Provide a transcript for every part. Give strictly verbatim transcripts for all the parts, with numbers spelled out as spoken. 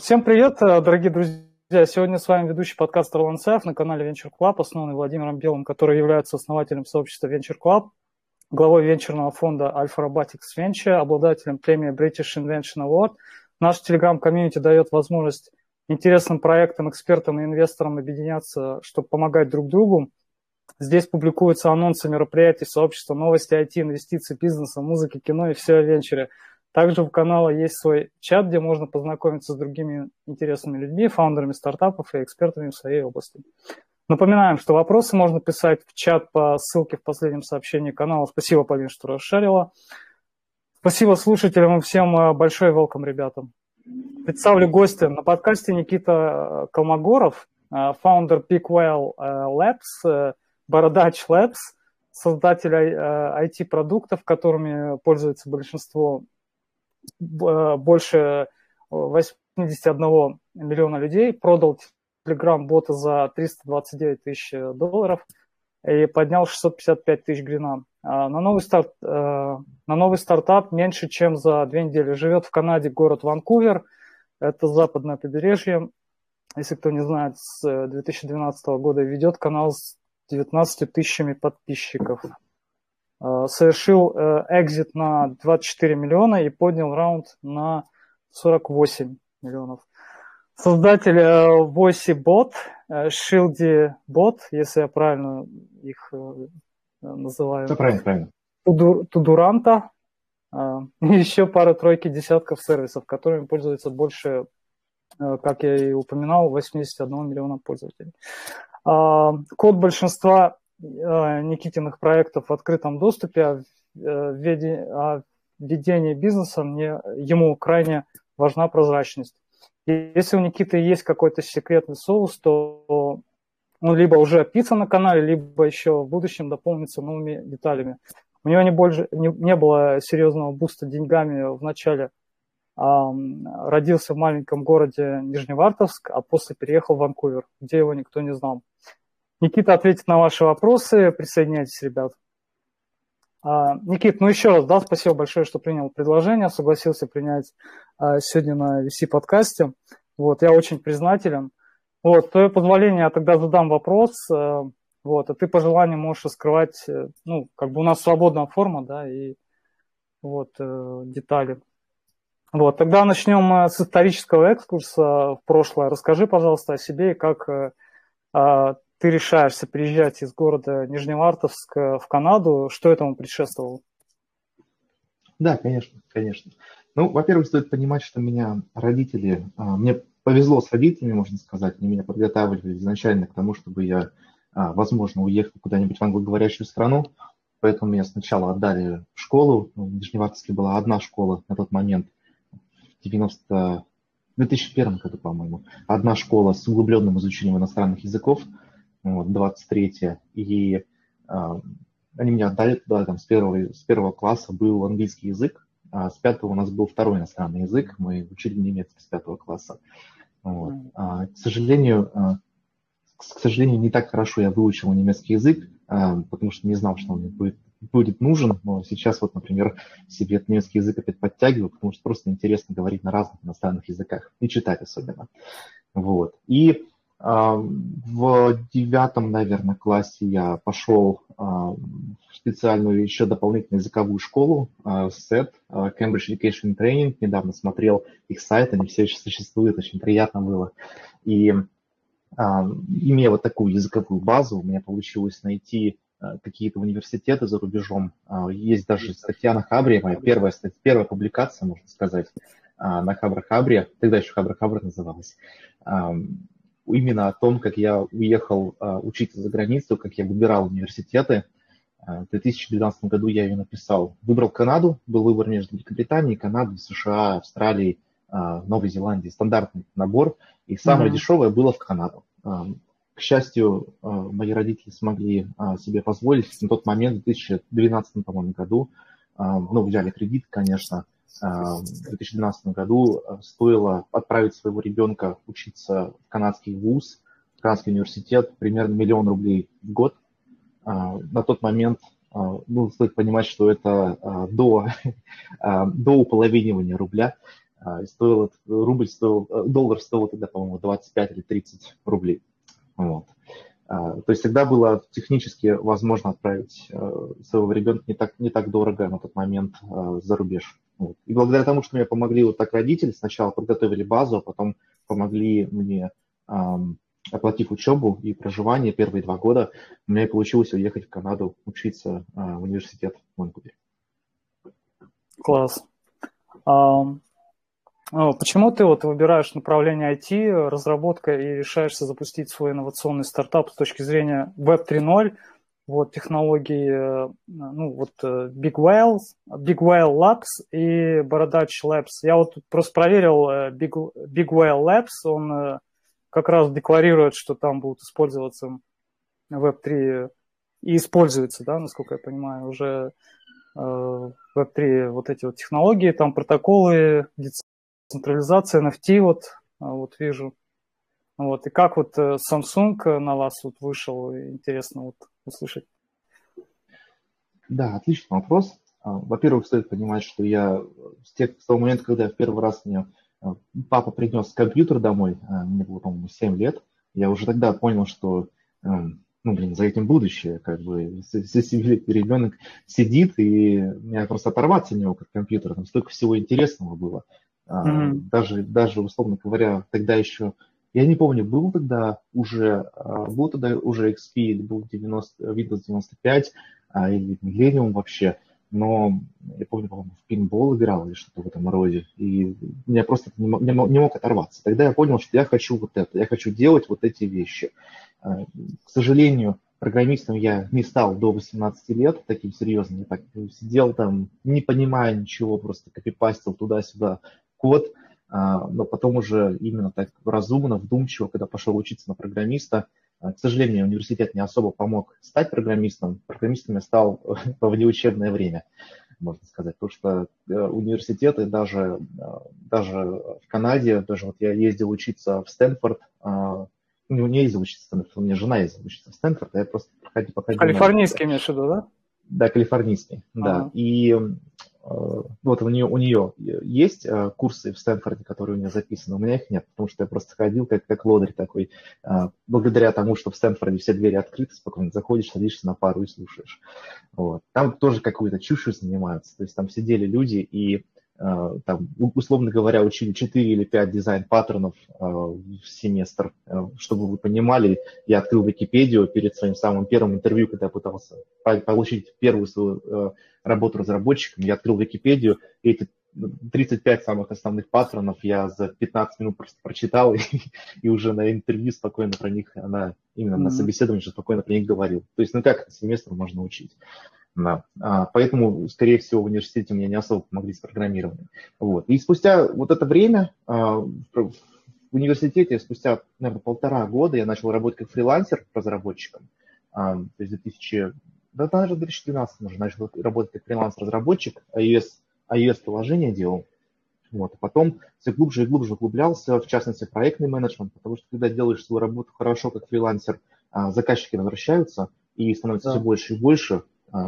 Всем привет, дорогие друзья! Сегодня с вами ведущий подкаста Ролан Саев на канале Venture Club, основанный Владимиром Белым, который является основателем сообщества Venture Club, главой венчурного фонда Alpha Robotics Venture, обладателем премии British Invention Award. Наш телеграм-комьюнити дает возможность интересным проектам, экспертам и инвесторам объединяться, чтобы помогать друг другу. Здесь публикуются анонсы мероприятий, сообщества, новости ай ти, инвестиций, бизнеса, музыки, кино и все о венчуре. Также у канала есть свой чат, где можно познакомиться с другими интересными людьми, фаундерами стартапов и экспертами в своей области. Напоминаем, что вопросы можно писать в чат по ссылке в последнем сообщении канала. Спасибо, Полин, что расшарила. Спасибо слушателям и всем большой welcome, ребята. Представлю гостя. На подкасте Никита Колмогоров, фаундер Pickwell Labs, Бородач Labs, создатель ай ти-продуктов, которыми пользуется большинство, больше восемьдесят один миллиона людей, продал Telegram-бота за триста двадцать девять тысяч долларов и поднял шестьсот пятьдесят пять тысяч грина. На новый, старт, на новый стартап меньше, чем за две недели. Живет в Канаде, город Ванкувер, это западное побережье. Если кто не знает, с две тысячи двенадцатого года ведет канал с девятнадцатью тысячами подписчиков. Совершил экзит на двадцать четыре миллиона и поднял раунд на сорок восемь миллионов. Создатель VoiceBot, ShieldyBot, если я правильно их называю. Все правильно, правильно. Тудуранта. И еще пара-тройки десятков сервисов, которыми пользуется больше, как я и упоминал, восемьдесят один миллиона пользователей. Код большинства Никитиных проектов в открытом доступе, а ведение бизнеса мне, ему крайне важна прозрачность. И если у Никиты есть какой-то секретный соус, то он либо уже описан на канале, либо еще в будущем дополнится новыми деталями. У него не, больше, не, не было серьезного буста деньгами в начале. А, родился в маленьком городе Нижневартовск, а после переехал в Ванкувер, где его никто не знал. Никита ответит на ваши вопросы. Присоединяйтесь, ребят. А, Никит, ну еще раз, да, спасибо большое, что принял предложение, согласился принять а, сегодня на ви си-подкасте. Вот, я очень признателен. Вот, твое позволение, я тогда задам вопрос. А, вот, а ты по желанию можешь раскрывать, ну, как бы у нас свободная форма, да, и вот э, детали. Вот, тогда начнем с исторического экскурса в прошлое. Расскажи, пожалуйста, о себе и как э, ты решаешься приезжать из города Нижневартовск в Канаду. Что этому предшествовало? Да, конечно, конечно. Ну, во-первых, стоит понимать, что меня родители, мне повезло с родителями, можно сказать, они меня подготавливали изначально к тому, чтобы я, возможно, уехал куда-нибудь в англоговорящую страну, поэтому меня сначала отдали в школу. В Нижневартовске была одна школа на тот момент, в девяносто... в две тысячи первом году, по-моему, одна школа с углубленным изучением иностранных языков, вот, двадцать третья, и э, они меня отдали туда, там, с первого, с первого класса был английский язык, а с пятого у нас был второй иностранный язык, мы учили немецкий с пятого класса. Вот. А, к сожалению, а, к сожалению, не так хорошо я выучил немецкий язык, а, потому что не знал, что он мне будет, будет нужен, но сейчас вот, например, себе этот немецкий язык опять подтягиваю, потому что просто интересно говорить на разных иностранных языках и читать особенно. Вот. И в девятом, наверное, классе я пошел в специальную еще дополнительную языковую школу, сэт, Cambridge Education Training. Недавно смотрел их сайт, они все еще существуют, очень приятно было. И имея вот такую языковую базу, у меня получилось найти какие-то университеты за рубежом. Есть даже статья на Хабре, моя первая, статья, первая публикация, можно сказать, на Хабра-Хабре, тогда еще Хабра-Хабра называлась, именно о том, как я уехал uh, учиться за границу, как я выбирал университеты. Uh, в две тысячи двенадцатом году я ее написал. Выбрал Канаду, был выбор между Великобританией, Канадой, США, Австралией, uh, Новой Зеландией. Стандартный набор. И самое mm-hmm. дешевое было в Канаду. Uh, к счастью, uh, мои родители смогли uh, себе позволить на тот момент, в две тысячи двенадцатом, по-моему, году, uh, ну, взяли кредит, конечно, в две тысячи двенадцатом году стоило отправить своего ребенка учиться в канадский вуз, в канадский университет, примерно миллион рублей в год. На тот момент, ну, стоит понимать, что это до, до уполовинивания рубля. И стоил, рубль стоил, доллар стоил тогда, по-моему, двадцать пять или тридцать рублей. Вот. То есть тогда было технически возможно отправить своего ребенка не так, не так дорого на тот момент за рубеж. Вот. И благодаря тому, что мне помогли вот так родители, сначала подготовили базу, а потом помогли мне, оплатив учебу и проживание первые два года, у меня и получилось уехать в Канаду учиться в университет в Ванкувере. Класс. Почему ты вот выбираешь направление ай ти, разработка и решаешься запустить свой инновационный стартап с точки зрения веб три ноль, вот, технологии, ну, вот, Big Whale, Big Whale Labs и Borodaч Labs. Я вот просто проверил Big, Big Whale Labs, он как раз декларирует, что там будут использоваться веб три, и используется, да, насколько я понимаю, уже веб три вот эти вот технологии, там протоколы, централизация, эн эф ти, вот, вот вижу. Вот. И как вот Samsung на вас вот вышел, интересно вот услышать. Да, отличный вопрос. Во-первых, стоит понимать, что я с, тех, с того момента, когда я в первый раз мне папа принес компьютер домой, мне было, по-моему, семь лет, я уже тогда понял, что, ну, блин, за этим будущее, как бы, если семилетний ребенок сидит, и мне просто оторваться от него, как компьютера, там столько всего интересного было. Mm-hmm. Даже, даже, условно говоря, тогда еще, я не помню, был тогда уже, был тогда уже икс пи, или был девяносто, Windows девяносто пять, или Millennium вообще, но я помню, по-моему, в пинбол играл или что-то в этом роде, и меня просто не мог, не мог оторваться. Тогда я понял, что я хочу вот это, я хочу делать вот эти вещи. К сожалению, программистом я не стал до восемнадцати лет, таким серьезным, я так сидел там, не понимая ничего, просто копипастил туда-сюда код, но потом уже именно так разумно, вдумчиво, когда пошел учиться на программиста. К сожалению, университет не особо помог стать программистом. Программистом я стал во внеучебное время, можно сказать, потому что университеты даже, даже в Канаде, даже вот я ездил учиться в Стэнфорд, ну, не ездил учиться в Стэнфорд, у меня жена ездила учиться в Стэнфорд, а я просто проходил, походил. Калифорнийский имеешь в виду, да? Да, калифорнийский, да. Ага. И вот у нее, у нее есть курсы в Стэнфорде, которые у нее записаны, у меня их нет, потому что я просто ходил как, как лодырь такой, благодаря тому, что в Стэнфорде все двери открыты, спокойно заходишь, садишься на пару и слушаешь. Вот. Там тоже какую-то чушью занимаются, то есть там сидели люди и там, условно говоря, учили четыре или пять дизайн-паттернов в семестр. Чтобы вы понимали, я открыл Википедию перед своим самым первым интервью, когда я пытался получить первую свою работу разработчиком. Я открыл Википедию, и эти тридцать пять самых основных паттернов я за пятнадцать минут просто прочитал, и, и уже на интервью спокойно про них, она, именно mm-hmm. на собеседовании уже спокойно про них говорил. То есть, ну как семестр можно учить? Да. А, поэтому, скорее всего, в университете мне не особо помогли с программированием. Вот. И спустя вот это время а, в университете, спустя, наверное, полтора года я начал работать как фрилансер-разработчиком. А, то есть в две тысячи, да, даже в две тысячи двенадцатом уже начал работать как фриланс-разработчик, iOS, iOS-приложение делал. Вот. А потом все глубже и глубже углублялся, в частности, в проектный менеджмент, потому что когда делаешь свою работу хорошо как фрилансер, а, заказчики возвращаются и становится да. все больше и больше.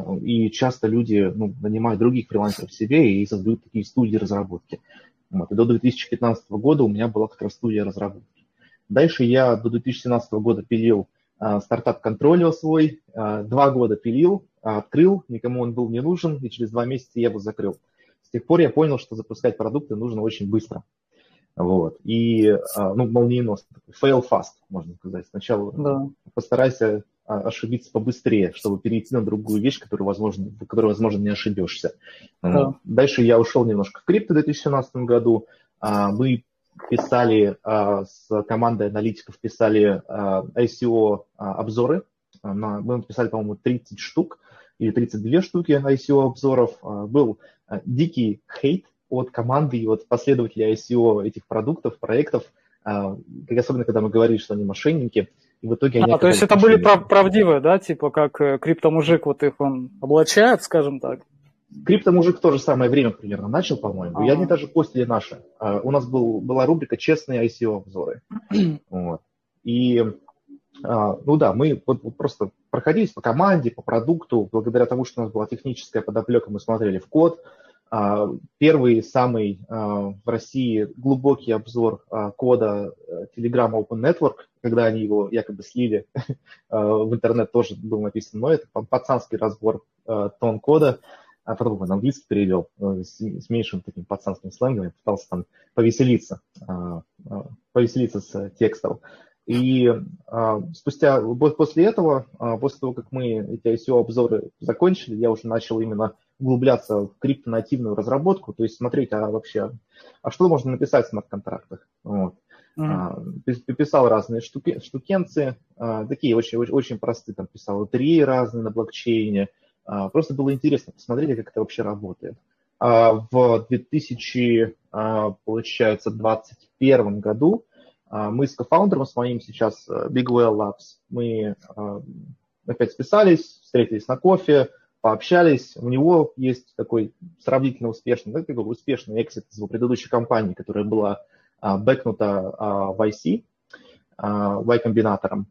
И часто люди, ну, нанимают других фрилансеров себе и создают такие студии разработки. Вот. И до две тысячи пятнадцатого года у меня была как раз студия разработки. Дальше я до две тысячи семнадцатого года пилил а, стартап контролил свой, а, два года пилил, а, открыл, никому он был не нужен, и через два месяца я его закрыл. С тех пор я понял, что запускать продукты нужно очень быстро. Вот. И, а, ну, молниеносно. Fail fast, можно сказать. Сначала да. постарайся ошибиться побыстрее, чтобы перейти на другую вещь, которую, возможно, в которой, возможно, не ошибешься. Да. Дальше я ушел немножко в крипто в две тысячи семнадцатом году. Мы писали с командой аналитиков, писали ай си о-обзоры. Мы писали, по-моему, тридцать штук или тридцать две штуки ай си о-обзоров. Был дикий хейт от команды и от последователей ай си о этих продуктов, проектов, особенно когда мы говорили, что они мошенники. И в итоге они а, то есть это были прав- правдивые, да, типа как криптомужик, вот их он облачает, скажем так? Криптомужик в то же самое время примерно начал, по-моему, ага. и они даже постили наши. Uh, у нас был, была рубрика «Честные ай си о-обзоры». вот. И, uh, ну да, мы вот, вот просто проходились по команде, по продукту, благодаря тому, что у нас была техническая подоплека, мы смотрели в код, Первый, самый в России глубокий обзор кода Telegram Open Network, когда они его якобы слили в интернет, тоже был написан мной. Это пацанский разбор тонн кода, а потом его на английский перевел с, с меньшим таким пацанским сленгом, я пытался там повеселиться, повеселиться с текстом. И а, спустя, после этого, а, после того, как мы эти ай си о-обзоры закончили, я уже начал именно углубляться в криптонативную разработку, то есть смотреть, а вообще, а что можно написать в смарт-контрактах. Вот. Mm-hmm. А, писал разные штуки, штукенцы, а, такие очень, очень, очень простые, там писал лотереи разные на блокчейне. А, просто было интересно посмотреть, как это вообще работает. А, в две тысячи двадцать первом году мы с кофаундером, с моим сейчас Big Whale Labs, мы опять списались, встретились на кофе, пообщались. У него есть такой сравнительно успешный, да, такой успешный экзит из его предыдущей компании, которая была бэкнута в ай си, Y-комбинатором.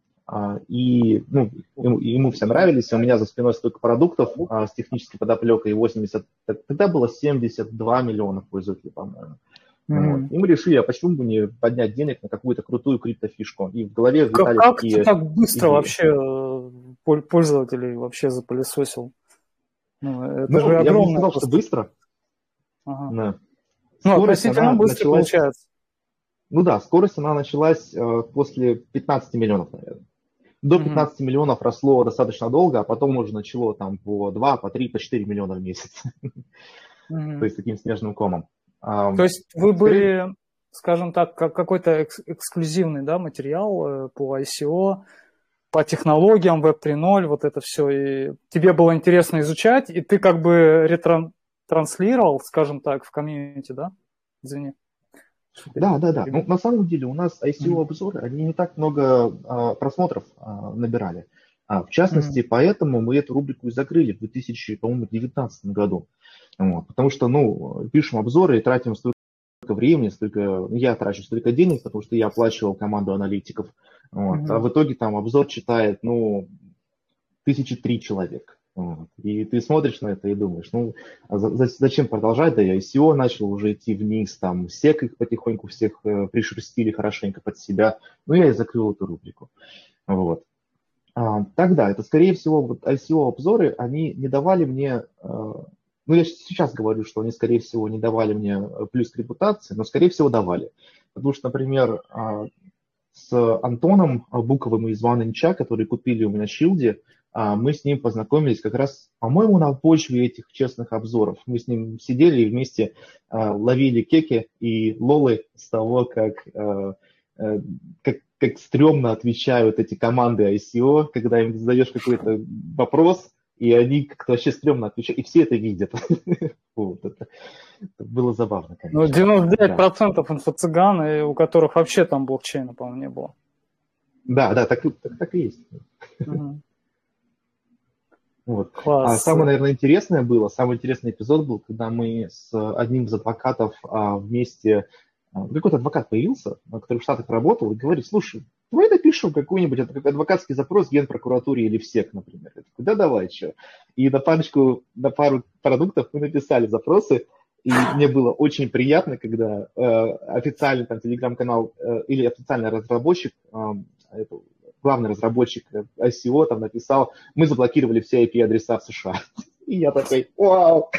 И ну, ему, ему все нравились, у меня за спиной столько продуктов с технической подоплекой, восемьдесят, тогда было семьдесят два миллиона пользователей, по-моему. Mm-hmm. Вот. И мы решили, а почему бы не поднять денег на какую-то крутую криптофишку. И в голове витали как такие... Как ты так быстро идеи. Вообще пользователей вообще запылесосил? Ну, это ну же огромное. Я бы не сказал, просто... что быстро. Ага. Да. Ну, относительно быстро началась... получается. Ну да, скорость она началась э, после пятнадцати миллионов, наверное. До пятнадцати mm-hmm. миллионов росло достаточно долго, а потом уже начало там по два, по три, по четыре миллиона в месяц. Mm-hmm. То есть таким снежным комом. То есть вы были, скажем так, как какой-то экс- эксклюзивный, да, материал по ай си о, по технологиям веб три ноль, вот это все, и тебе было интересно изучать, и ты как бы ретранслировал, скажем так, в комьюнити, да? Извини. Да, да, да. Ну, на самом деле у нас ай си о-обзоры, они не так много а, просмотров а, набирали. А, в частности, mm-hmm. поэтому мы эту рубрику и закрыли в две тысячи девятнадцатом году. Вот, потому что, ну, пишем обзоры и тратим столько времени, столько, я трачу столько денег, потому что я оплачивал команду аналитиков. Вот, mm-hmm. А в итоге там обзор читает, ну, тысячи три человека. Вот, и ты смотришь на это и думаешь, ну, а за, зачем продолжать? Да и ай си о начал уже идти вниз, там, сек их потихоньку всех э, пришерстили хорошенько под себя. Ну, я и закрыл эту рубрику. Вот. А, тогда, это, скорее всего, вот ай си о-обзоры, они не давали мне... Э, Ну, я сейчас говорю, что они, скорее всего, не давали мне плюс к репутации, но, скорее всего, давали. Потому что, например, с Антоном Буковым из OneInch, которые купили у меня Shield, мы с ним познакомились как раз, по-моему, на почве этих честных обзоров. Мы с ним сидели и вместе ловили кеки и лолы с того, как, как, как стрёмно отвечают эти команды ай си о, когда им задаешь какой-то вопрос, и они как-то вообще стрёмно отвечают, и все это видят. Вот, это, это было забавно, конечно. Ну, девяносто девять процентов да. инфо-цыган, у которых вообще там блокчейна, по-моему, не было. Да, да, так, так, так и есть. Угу. Вот. А самое, наверное, интересное было, самый интересный эпизод был, когда мы с одним из адвокатов а, вместе, а, какой-то адвокат появился, который в Штатах работал, и говорит, слушай, давай напишем какой-нибудь адвокатский запрос в Генпрокуратуре или в СЕК, например. Я такой, да давай, что. И на парочку, на пару продуктов мы написали запросы, и мне было очень приятно, когда э, официальный там телеграм-канал э, или официальный разработчик, э, это, главный разработчик ай си о там написал, мы заблокировали все ай пи-адреса в США. И я такой, вау!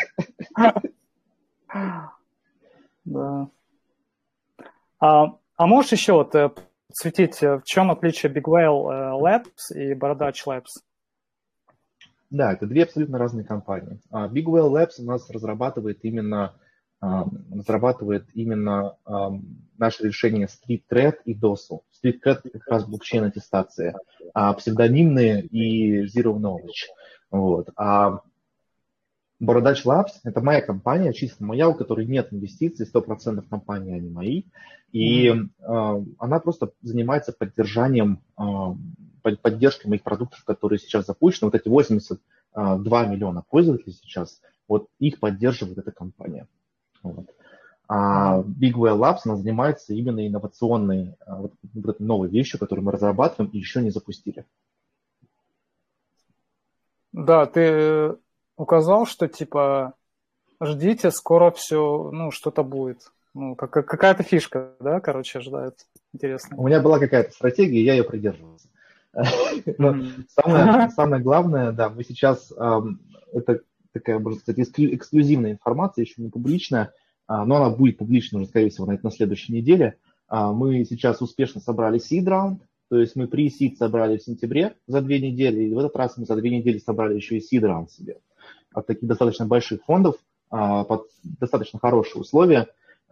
Да. А, а можешь еще вот подсветить, в чем отличие Big Whale Labs и Borodaч Labs? Да, это две абсолютно разные компании. Big Whale Labs у нас разрабатывает именно, разрабатывает именно наше решение Street Thread и досл. Street Thread как раз блокчейн-аттестация, а псевдонимные и Zero Knowledge. Вот. А Borodaч Labs – это моя компания, чисто моя, у которой нет инвестиций, сто процентов компании, они мои. И mm-hmm. э, она просто занимается поддержанием, э, поддержкой моих продуктов, которые сейчас запущены. Вот эти восемьдесят два миллиона пользователей сейчас, вот их поддерживает эта компания. Вот. А Big Whale Labs, она занимается именно инновационной вот, вот этой новой вещью, которую мы разрабатываем и еще не запустили. Да, ты указал, что типа ждите, скоро все, ну, что-то будет. Ну, как, какая-то фишка, да, короче, ожидает. Интересно. У меня была какая-то стратегия, я ее придерживался. Но Mm-hmm. самое, самое главное, да, мы сейчас, это такая, можно сказать, эксклюзивная информация, еще не публичная, но она будет публична уже, скорее всего, на, на следующей неделе. Мы сейчас успешно собрали seed round, то есть мы pre-seed собрали в сентябре за две недели, и в этот раз мы за две недели собрали еще и seed round себе от таких достаточно больших фондов, под достаточно хорошие условия,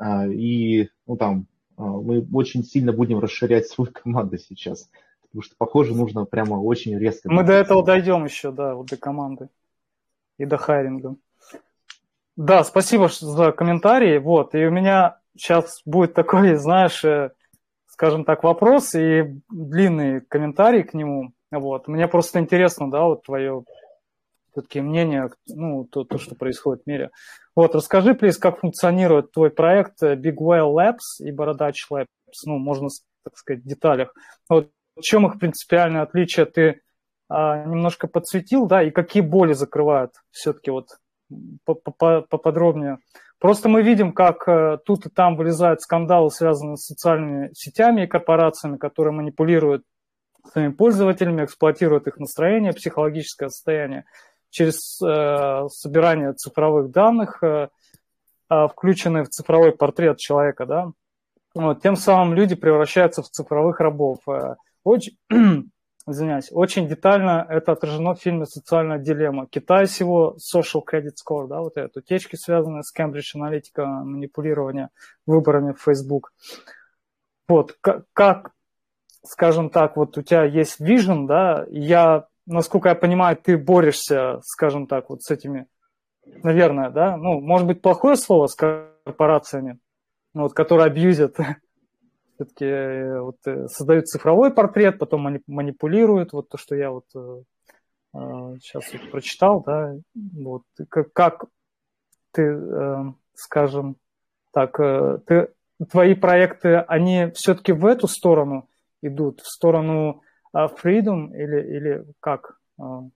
и ну, там мы очень сильно будем расширять свою команду сейчас, потому что, похоже, нужно прямо очень резко. Мы до этого дойдем еще, да, вот до команды и до хайринга. Да, спасибо за комментарии. Вот, и у меня сейчас будет такой, знаешь, скажем так, вопрос и длинный комментарий к нему. Вот, мне просто интересно, да, вот твое все-таки мнение, ну, то, то, что происходит в мире. Вот, расскажи, плиз, как функционирует твой проект Big Whale Labs и Borodaч Labs, ну, можно, так сказать, в деталях. Вот, в чем их принципиальное отличие ты а, немножко подсветил, да, и какие боли закрывают все-таки вот поподробнее. Просто мы видим, как а, тут и там вылезают скандалы, связанные с социальными сетями и корпорациями, которые манипулируют своими пользователями, эксплуатируют их настроение, психологическое состояние через э, собирание цифровых данных, э, э, включенные в цифровой портрет человека, да. Вот, тем самым люди превращаются в цифровых рабов. Э, очень, извиняюсь, очень детально это отражено в фильме «Социальная дилемма». Китай с его social credit score, да, вот это утечки, связанные с Cambridge Analytica, манипулирование выборами в Facebook. Вот, как, как скажем так, вот у тебя есть vision, да, и я, насколько я понимаю, ты борешься, скажем так, вот с этими, наверное, да, ну, может быть, плохое слово с корпорациями, ну, вот, которые абьюзят, все-таки вот, создают цифровой портрет, потом манипулируют, вот то, что я вот э, сейчас вот прочитал, да, вот, как, как ты, э, скажем так, э, ты, твои проекты, они все-таки в эту сторону идут, в сторону uh, freedom или, или как? Uh...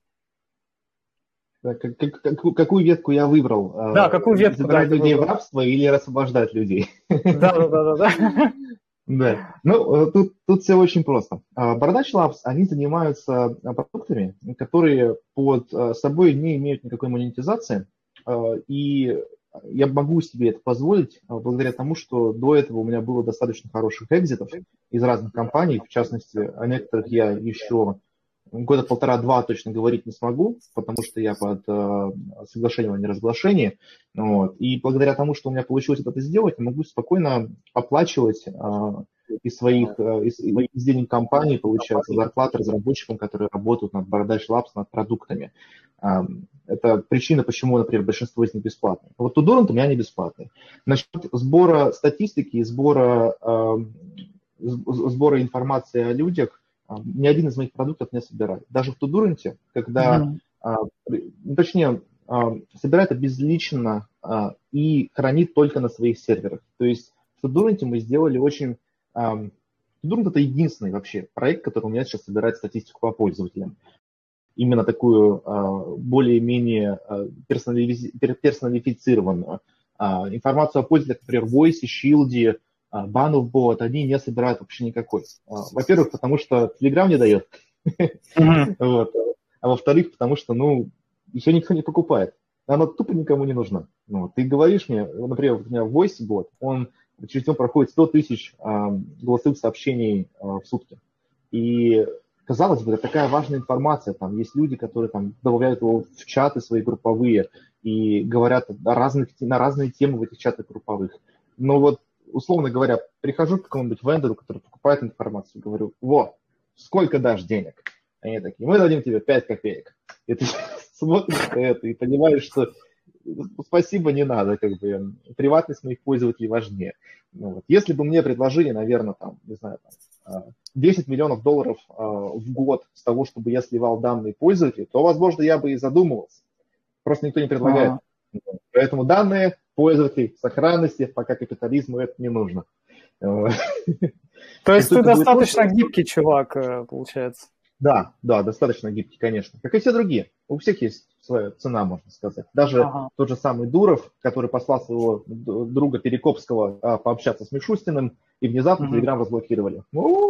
Как, как, как, какую ветку я выбрал? Да, какую ветку? Забирать да, людей в рабство или освобождать людей? Да, да, да, да. Да, ну тут, тут все очень просто. Borodaч Labs, они занимаются продуктами, которые под собой не имеют никакой монетизации, и я могу себе это позволить благодаря тому, что до этого у меня было достаточно хороших экзитов из разных компаний, в частности, о некоторых я еще года полтора-два точно говорить не смогу, потому что я под э, соглашением о неразглашении. Вот. И благодаря тому, что у меня получилось это сделать, я могу спокойно оплачивать э, из своих э, из, из денег компании, получается, зарплаты разработчикам, которые работают над Borodaч Labs, над продуктами. Э, это причина, почему, например, большинство из них бесплатные. Вот Tudorant у меня не бесплатный. Насчет сбора статистики и сбора, э, сбора информации о людях, ни один из моих продуктов не собирает. Даже в Tudorant, когда, mm-hmm. ну, точнее, собирает безлично и хранит только на своих серверах. То есть в Tudorant мы сделали очень... Tudorant это единственный вообще проект, который у меня сейчас собирает статистику по пользователям. Именно такую более-менее персоналифицированную. Информацию о пользователях, например, Voice, Shield, банов бот, они не собирают вообще никакой. Во-первых, потому что Telegram не дает. Mm-hmm. Вот. А во-вторых, потому что, ну, еще никто не покупает. Она тупо никому не нужна. Ну, ты говоришь мне, например, у меня Voice бот, он через него проходит сто тысяч а, голосовых сообщений а, в сутки. И, казалось бы, это такая важная информация. Там есть люди, которые там добавляют его в чаты свои групповые и говорят о разных, на разные темы в этих чатах групповых. Но вот условно говоря, прихожу к какому-нибудь вендору, который покупает информацию, говорю, вот, сколько дашь денег? Они такие, мы дадим тебе пять копеек. И ты смотришь на это и понимаешь, что спасибо, не надо, как бы, приватность моих пользователей важнее. Ну, вот. Если бы мне предложили, наверное, там, не знаю, там, десять миллионов долларов в год с того, чтобы я сливал данные пользователей, то, возможно, я бы и задумывался. Просто никто не предлагает. А-а-а. Поэтому данные пользователей, сохранности, пока капитализму это не нужно. То есть ты достаточно гибкий чувак, получается. Да, да, достаточно гибкий, конечно. Как и все другие. У всех есть своя цена, можно сказать. Даже Ага. тот же самый Дуров, который послал своего друга Перекопского а, пообщаться с Мишустиным, и внезапно Мгм. Телеграм разблокировали.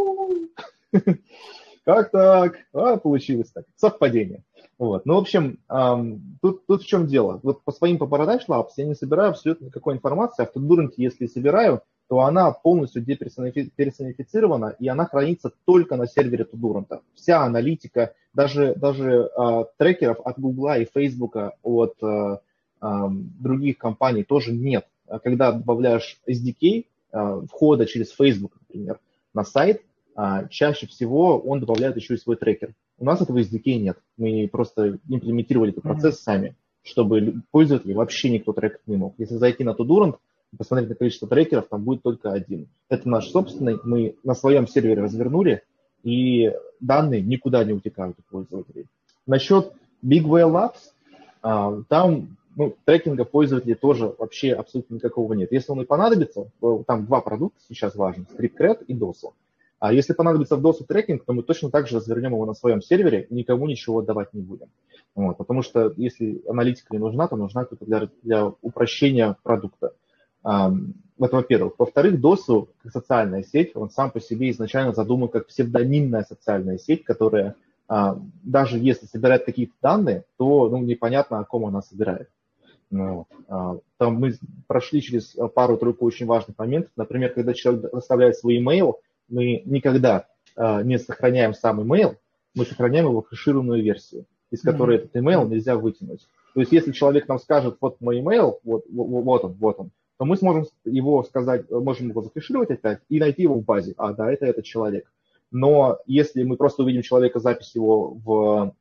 Как так? А, получилось так. Совпадение. Вот. Ну, в общем, эм, тут, тут в чем дело. Вот по своим по Paradise Labs я не собираю абсолютно никакой информации, а в TodoRank, если собираю, то она полностью деперсонифицирована, и она хранится только на сервере TodoRank. Вся аналитика, даже, даже э, трекеров от Google и Facebook, от э, э, других компаний тоже нет. Когда добавляешь эс ди кей, э, входа через Facebook, например, на сайт, э, чаще всего он добавляет еще и свой трекер. У нас этого эс ди кей нет. Мы просто имплементировали этот процесс Мгм. сами, чтобы пользователи вообще никто трекать не мог. Если зайти на TodoRank, посмотреть на количество трекеров, там будет только один. Это наш собственный, мы на своем сервере развернули, и данные никуда не утекают у пользователей. Насчет Big Whale Labs, там ну, трекинга пользователей тоже вообще абсолютно никакого нет. Если он и понадобится, там два продукта сейчас важны, ScriptCred и досу. А если понадобится в досу трекинг, то мы точно так же развернем его на своем сервере и никому ничего отдавать не будем. Вот, потому что если аналитика не нужна, то нужна только для, для упрощения продукта. Um, это во-первых. Во-вторых, досу, как социальная сеть, он сам по себе изначально задуман как псевдонимная социальная сеть, которая uh, даже если собирает какие-то данные, то ну, непонятно, о ком она собирает. Ну, uh, там мы прошли через пару-тройку очень важных моментов. Например, когда человек оставляет свой email, мы никогда uh, не сохраняем сам email, мы сохраняем его хэшированную версию, из которой Мгм. этот email нельзя вытянуть. То есть если человек нам скажет, вот мой email, вот, вот, вот он, вот он, то мы сможем его сказать, можем его зафишировать опять и найти его в базе. А, да, это этот человек. Но если мы просто увидим человека, запись его в,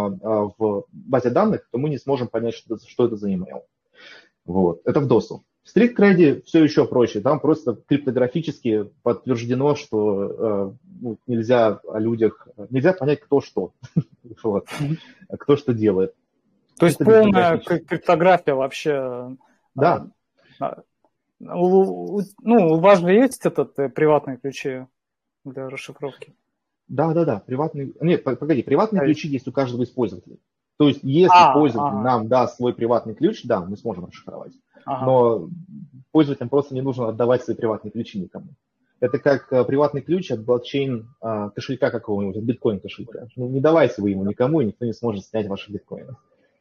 в базе данных, то мы не сможем понять, что это, что это за email. Вот. Это в досу. В StrictCred все еще проще. Там просто криптографически подтверждено, что ну, нельзя о людях, нельзя понять, кто что. Вот. Кто что делает. То есть Чисто полная криптографически. криптография вообще. Да. Ну, у вас же есть этот приватные ключи для расшифровки? Да, да, да, приватный. Нет, погоди, приватные а ключи есть у каждого из пользователей. То есть, если а, пользователь ага, нам даст свой приватный ключ, да, мы сможем расшифровать. ага. Но пользователям просто не нужно отдавать свои приватные ключи никому. Это как приватный ключ от блокчейн кошелька какого-нибудь, от биткоин кошелька. Ну, не давайте вы ему никому, и никто не сможет снять ваши биткоины.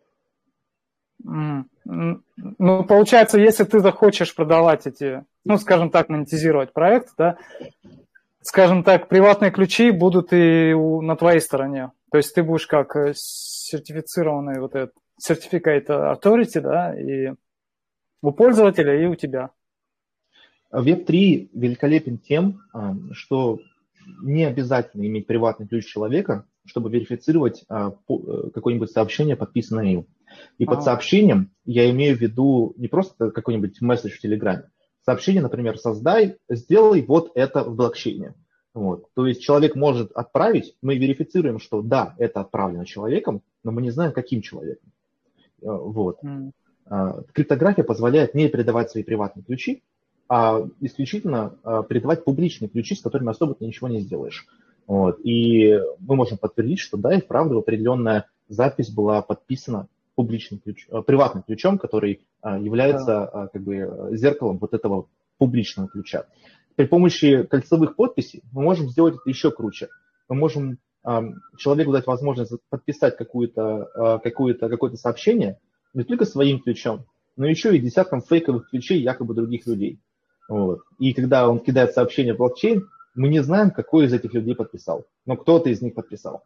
Mm. Ну, получается, если ты захочешь продавать эти, ну, скажем так, монетизировать проект, да, скажем так, приватные ключи будут и у, на твоей стороне. То есть ты будешь как сертифицированный вот этот Certificate Authority, да, и у пользователя, и у тебя. веб три великолепен тем, что не обязательно иметь приватный ключ человека, чтобы верифицировать какое-нибудь сообщение, подписанное им. И под сообщением я имею в виду не просто какой-нибудь месседж в Телеграме. Сообщение, например, создай, сделай вот это в блокчейне. Вот. То есть человек может отправить, мы верифицируем, что да, это отправлено человеком, но мы не знаем, каким человеком. Вот. Mm. Криптография позволяет не передавать свои приватные ключи, а исключительно передавать публичные ключи, с которыми особо ты ничего не сделаешь. Вот. И мы можем подтвердить, что да, и вправду определенная запись была подписана публичным ключ, приватным ключом, который является да. как бы зеркалом вот этого публичного ключа. При помощи кольцевых подписей мы можем сделать это еще круче. Мы можем человеку дать возможность подписать какую-то, какую-то, какое-то сообщение не только своим ключом, но еще и десятком фейковых ключей якобы других людей. Вот. И когда он кидает сообщение в блокчейн, мы не знаем, какой из этих людей подписал, но кто-то из них подписал.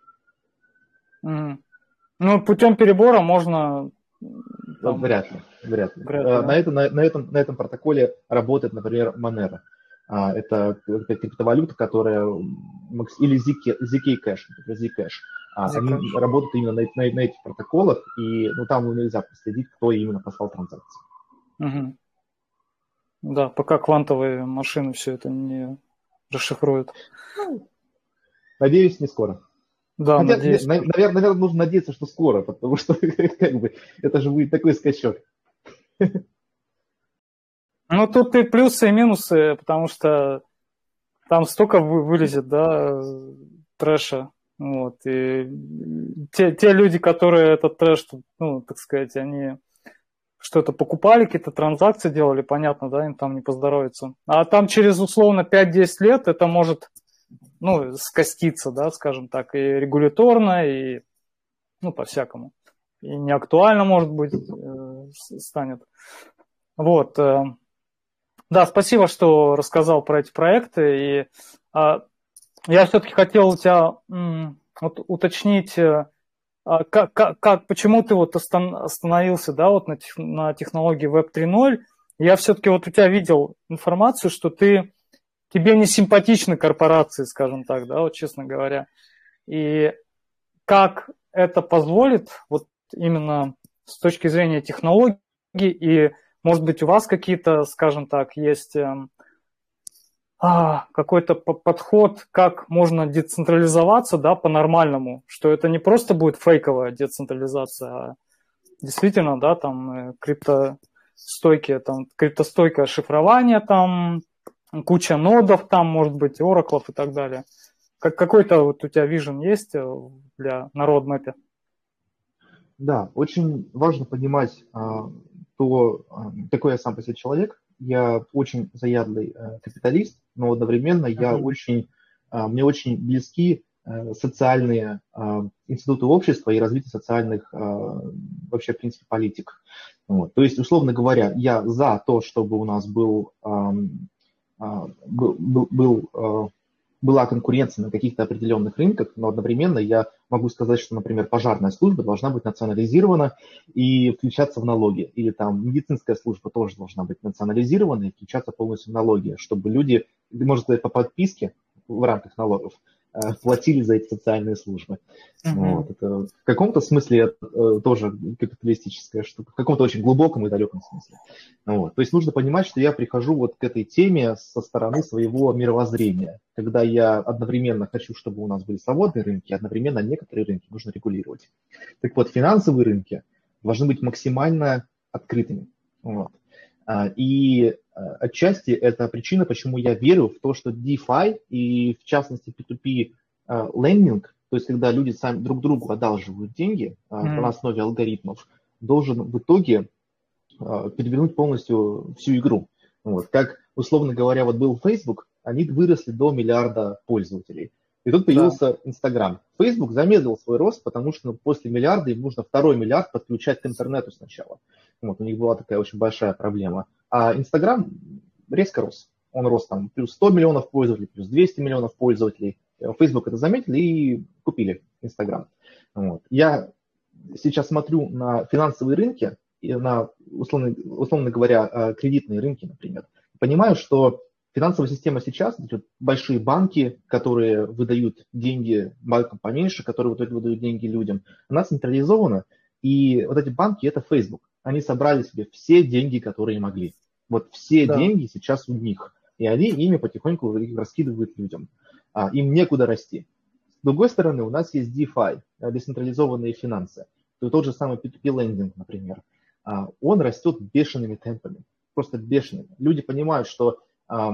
Mm. Ну, путем перебора можно... Там, вряд ли. Вряд ли. Вряд ли на, да? этом, на, на, этом, на этом протоколе работает, например, Monero. Это, это криптовалюта, которая... Или зет кей Cash, Zcash. Они работают именно на, на, на этих протоколах, и ну, там нельзя проследить, кто именно послал транзакцию. Угу. Да, пока квантовые машины все это не расшифруют. Надеюсь, не скоро. Да, Хотя, надеюсь. Наверное, наверное, нужно надеяться, что скоро, потому что как бы, это же будет такой скачок. Ну, тут и плюсы, и минусы, потому что там столько вылезет, да, трэша. Вот. И те, те люди, которые этот трэш, ну, так сказать, они что-то покупали, какие-то транзакции делали, понятно, да, им там не поздоровится. А там через условно пять-десять лет это может, ну, скоститься, да, скажем так, и регуляторно, и, ну, по-всякому. И не актуально, может быть, э, станет. Вот. Э, да, спасибо, что рассказал про эти проекты. И э, я все-таки хотел у тебя м, вот, уточнить, э, как, как, как, почему ты вот остановился, да, вот на, тех, на технологии веб три ноль. Я все-таки вот у тебя видел информацию, что ты, тебе не симпатичны корпорации, скажем так, да, вот честно говоря. И как это позволит, вот именно с точки зрения технологий, и, может быть, у вас какие-то, скажем так, есть а, какой-то подход, как можно децентрализоваться, да, по-нормальному, что это не просто будет фейковая децентрализация, а действительно, да, там криптостойкие, там криптостойкое шифрование, там куча нодов, там, может быть, ораклов и так далее. Как, какой-то вот у тебя вижен есть для на родмэпе? Да, очень важно понимать а, то, а, какой я сам по себе человек. Я очень заядлый а, капиталист, но одновременно я uh-huh. очень, а, мне очень близки а, социальные а, институты общества и развитие социальных, а, вообще, в принципе, политик. Вот. То есть, условно говоря, я за то, чтобы у нас был, а, а, был, был, был а, была конкуренция на каких-то определенных рынках, но одновременно я могу сказать, что, например, пожарная служба должна быть национализирована и включаться в налоги. Или там медицинская служба тоже должна быть национализирована и включаться полностью в налоги, чтобы люди, можно сказать, по подписке в рамках налогов платили за эти социальные службы. Uh-huh. Вот. Это в каком-то смысле это тоже капиталистическая штука, в каком-то очень глубоком и далеком смысле. Вот. То есть нужно понимать, что я прихожу вот к этой теме со стороны своего мировоззрения, когда я одновременно хочу, чтобы у нас были свободные рынки, одновременно некоторые рынки нужно регулировать. Так вот, финансовые рынки должны быть максимально открытыми. Вот. И отчасти это причина, почему я верю в то, что DeFi и, в частности, пи ту пи лендинг, то есть когда люди сами друг другу одалживают деньги mm-hmm. на основе алгоритмов, должен в итоге перевернуть полностью всю игру. Вот. Как, условно говоря, вот был Facebook, они выросли до миллиарда пользователей. И тут появился да. Инстаграм. Facebook замедлил свой рост, потому что после миллиарда им нужно второй миллиард подключать к интернету сначала. Вот, у них была такая очень большая проблема. А Инстаграм резко рос. Он рос там плюс сто миллионов пользователей, плюс двести миллионов пользователей. Facebook это заметили и купили Инстаграм. Вот. Я сейчас смотрю на финансовые рынки, и на, условно, условно говоря, кредитные рынки, например. Понимаю, что финансовая система сейчас, большие банки, которые выдают деньги банкам поменьше, которые в итоге выдают деньги людям, она централизована. И вот эти банки – это Facebook. Они собрали себе все деньги, которые могли. Вот все да. деньги сейчас у них. И они ими потихоньку раскидывают людям. А, им некуда расти. С другой стороны, у нас есть DeFi, децентрализованные финансы. То тот же самый пи ту пи лендинг, например. А, он растет бешеными темпами. Просто бешеными. Люди понимают, что, а,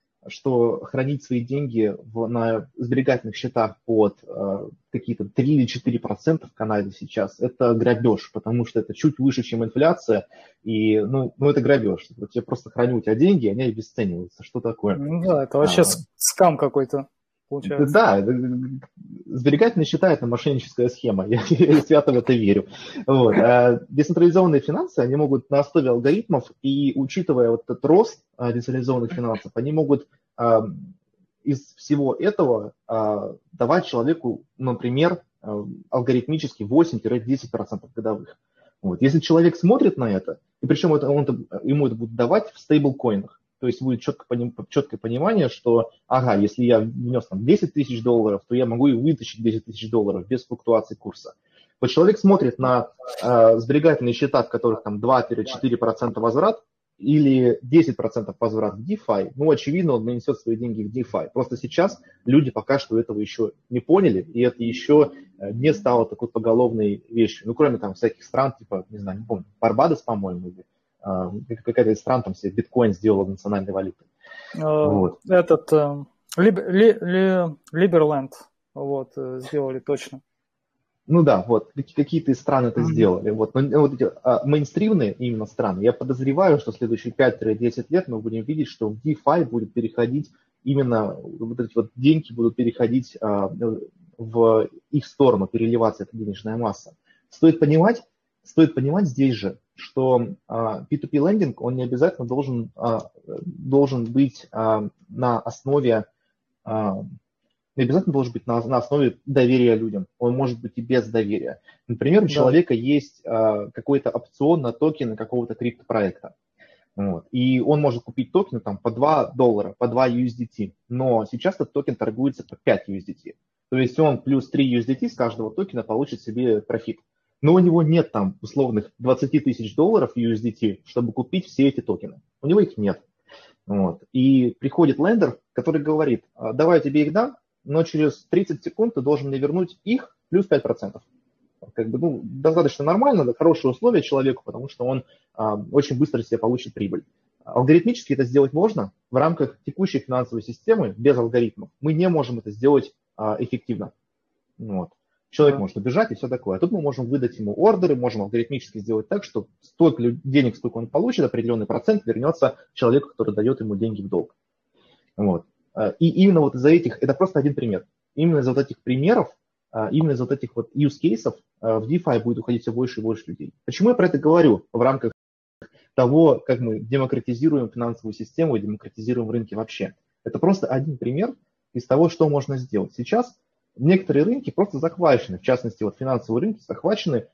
что хранить свои деньги в, на сберегательных счетах под а, какие-то три или четыре процента в Канаде сейчас, это грабеж, потому что это чуть выше, чем инфляция, и, ну, ну это грабеж. Вот я просто храню у тебя деньги, они обесцениваются. Что такое? Ну да, это вообще а, скам какой-то получается. Да, сберегательные счета – это мошенническая схема, я, я свято в это верю. Вот. А децентрализованные финансы, они могут на основе алгоритмов, и учитывая вот этот рост децентрализованных финансов, они могут а, из всего этого а, давать человеку, например, а, алгоритмически восемь-десять процентов годовых. Вот. Если человек смотрит на это, и причем это, он, ему это будет давать в стейблкоинах, то есть будет четко, четкое понимание, что, ага, если я внес там десять тысяч долларов, то я могу и вытащить десять тысяч долларов без флуктуации курса. Вот человек смотрит на э, сберегательные счета, в которых там два-четыре процента возврат или десять процентов возврат в DeFi, ну, очевидно, он нанесет свои деньги в DeFi. Просто сейчас люди пока что этого еще не поняли, и это еще не стало такой поголовной вещью. Ну, кроме там всяких стран, типа, не знаю, не помню, Барбадос, по-моему, или какая-то из стран там себе биткоин сделала национальной валютой. Uh, вот. Этот uh, Либерленд. вот, сделали точно. Ну да, вот, какие-то страны это Mm-hmm. сделали. Вот, но вот эти а, мейнстримные именно страны, я подозреваю, что в следующие пять-десять лет мы будем видеть, что в DeFi будет переходить именно, вот эти вот деньги будут переходить а, в их сторону, переливаться эта денежная масса. Стоит понимать, стоит понимать здесь же, что а, пи ту пи лендинг, он не обязательно должен, а, должен быть а, на основе а, не обязательно должен быть на, на основе доверия людям. Он может быть и без доверия. Например, у Да. человека есть а, какой-то опцион на токены какого-то криптопроекта. Вот. И он может купить токены там, по два доллара, по два ю эс ди ти. Но сейчас этот токен торгуется по пять ю эс ди ти. То есть он плюс три ю эс ди ти с каждого токена получит себе профит. Но у него нет там условных двадцать тысяч долларов ю эс ди ти, чтобы купить все эти токены. У него их нет. Вот. И приходит лендер, который говорит, давай я тебе их дам, но через тридцать секунд ты должен мне вернуть их плюс пять процентов. Как бы, ну, достаточно нормально, да, хорошие условия человеку, потому что он а, очень быстро себе получит прибыль. Алгоритмически это сделать можно в рамках текущей финансовой системы без алгоритмов. Мы не можем это сделать а, эффективно. Вот. Человек да. может убежать и все такое. А тут мы можем выдать ему ордеры, можем алгоритмически сделать так, что столько денег, сколько он получит, определенный процент вернется человеку, который дает ему деньги в долг. Вот. И именно вот из-за этих, это просто один пример, именно из-за вот этих примеров, именно из-за вот этих вот use cases в DeFi будет уходить все больше и больше людей. Почему я про это говорю в рамках того, как мы демократизируем финансовую систему и демократизируем рынки вообще? Это просто один пример из того, что можно сделать. Сейчас некоторые рынки просто захвачены, в частности, вот финансовые рынки захвачены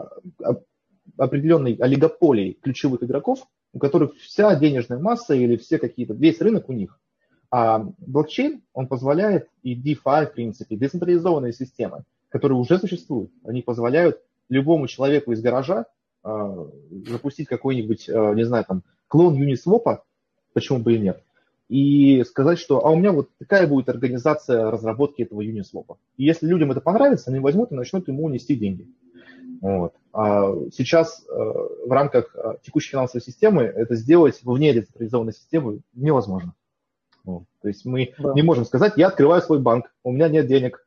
определенной олигополией ключевых игроков, у которых вся денежная масса или все какие-то, весь рынок у них. А блокчейн, он позволяет, и DeFi, в принципе, децентрализованные системы, которые уже существуют, они позволяют любому человеку из гаража э, запустить какой-нибудь, э, не знаю, там, клон Uniswap, почему бы и нет, и сказать, что а у меня вот такая будет организация разработки этого Uniswap. И если людям это понравится, они возьмут и начнут ему нести деньги. Вот. А сейчас э, в рамках э, текущей финансовой системы это сделать вне децентрализованной системы невозможно. Вот. То есть мы да. не можем сказать, я открываю свой банк, у меня нет денег.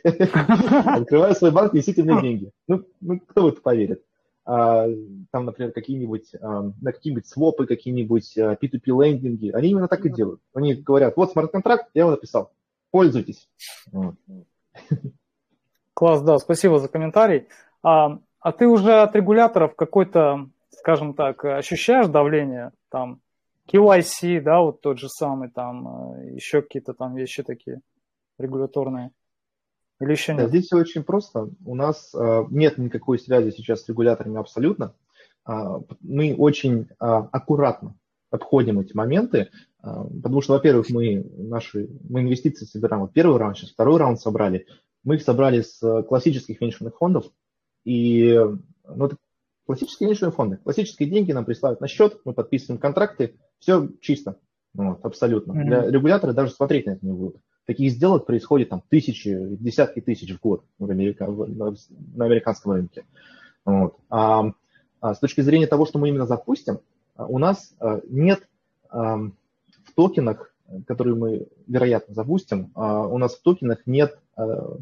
Открываю свой банк, несите мне деньги. Ну, ну кто в это поверит? А, там, например, какие-нибудь, а, на какие-нибудь свопы, какие-нибудь а, пи ту пи лендинги, они именно так и делают. Они говорят, вот смарт-контракт, я его написал, пользуйтесь. Вот. Класс, да, спасибо за комментарий. А, а ты уже от регуляторов какой-то, скажем так, ощущаешь давление там? кей вай си, да, вот тот же самый, там, еще какие-то там вещи такие регуляторные. Или еще нет? Да, здесь все очень просто. У нас э, нет никакой связи сейчас с регуляторами абсолютно. Э, мы очень э, аккуратно обходим эти моменты, э, потому что, во-первых, мы наши мы инвестиции собираем. Вот первый раунд, сейчас второй раунд собрали. Мы их собрали с классических венчурных фондов. И ну, это классические венчурные фонды. Классические деньги нам присылают на счет, мы подписываем контракты, все чисто, вот, абсолютно. Mm-hmm. Для регулятора даже смотреть на это не будут. Таких сделок происходит там тысячи, десятки тысяч в год в Америка, в, на американском рынке. Вот. А, а с точки зрения того, что мы именно запустим, у нас а, нет а, в токенах, которые мы, вероятно, запустим, а, у нас в токенах нет, а,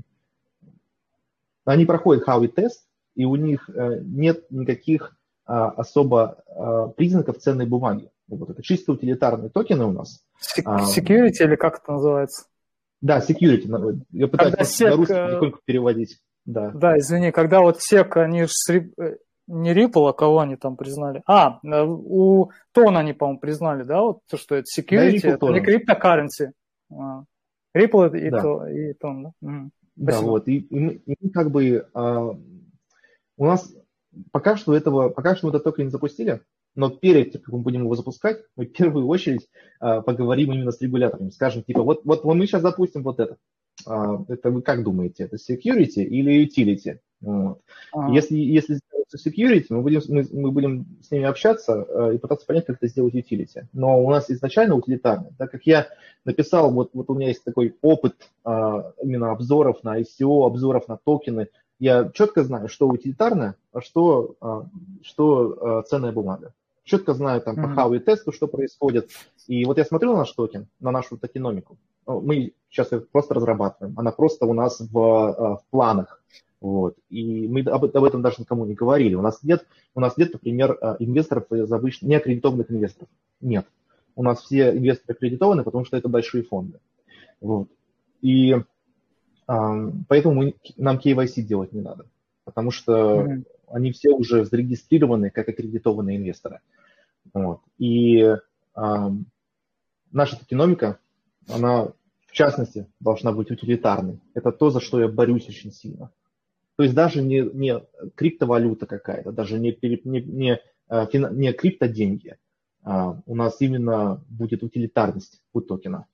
они проходят Howey-тест, и у них а, нет никаких а, особо а, признаков ценной бумаги. Вот это чисто утилитарные токены у нас. Security или как это называется? Да, security. Я пытаюсь сек... на русский потихоньку переводить. Да. да, извини, когда вот сек, они же не Ripple, а кого они там признали? А, у Тона они, по-моему, признали, да, вот то, что это security, да, это не cryptocurrency. А. Ripple и, да. то, и Ton, да? Угу. Да, вот. И, и, мы, и мы как бы а, у нас пока что этого, пока что мы этот токен не запустили. Но перед тем, как мы будем его запускать, мы в первую очередь а, поговорим именно с регуляторами. Скажем, типа, вот, вот мы сейчас запустим вот это. А, это вы как думаете, это security или utility? Вот. А. Если, если сделать security, мы будем, мы, мы будем с ними общаться а, и пытаться понять, как это сделать utility. Но у нас изначально утилитарно. Так как я написал, вот, вот у меня есть такой опыт а, именно обзоров на ай си о, обзоров на токены, я четко знаю, что утилитарное, а что, а, что а, ценная бумага. Четко знаю там mm-hmm. по Howey-тесту, что происходит. И вот я смотрю на наш токен, на нашу токеномику. Мы сейчас ее просто разрабатываем. Она просто у нас в, в планах. Вот. И мы об, об этом даже никому не говорили. У нас нет, у нас нет, например, инвесторов из обычных, неаккредитованных инвесторов. Нет. У нас все инвесторы аккредитованы, потому что это большие фонды. Вот. И а, поэтому мы, нам кей вай си делать не надо. Потому что mm-hmm. они все уже зарегистрированы как аккредитованные инвесторы. Вот. И а, наша токеномика, она в частности должна быть утилитарной. Это то, за что я борюсь очень сильно. То есть даже не, не криптовалюта какая-то, даже не, не, не, не криптоденьги. А у нас именно будет утилитарность у токена.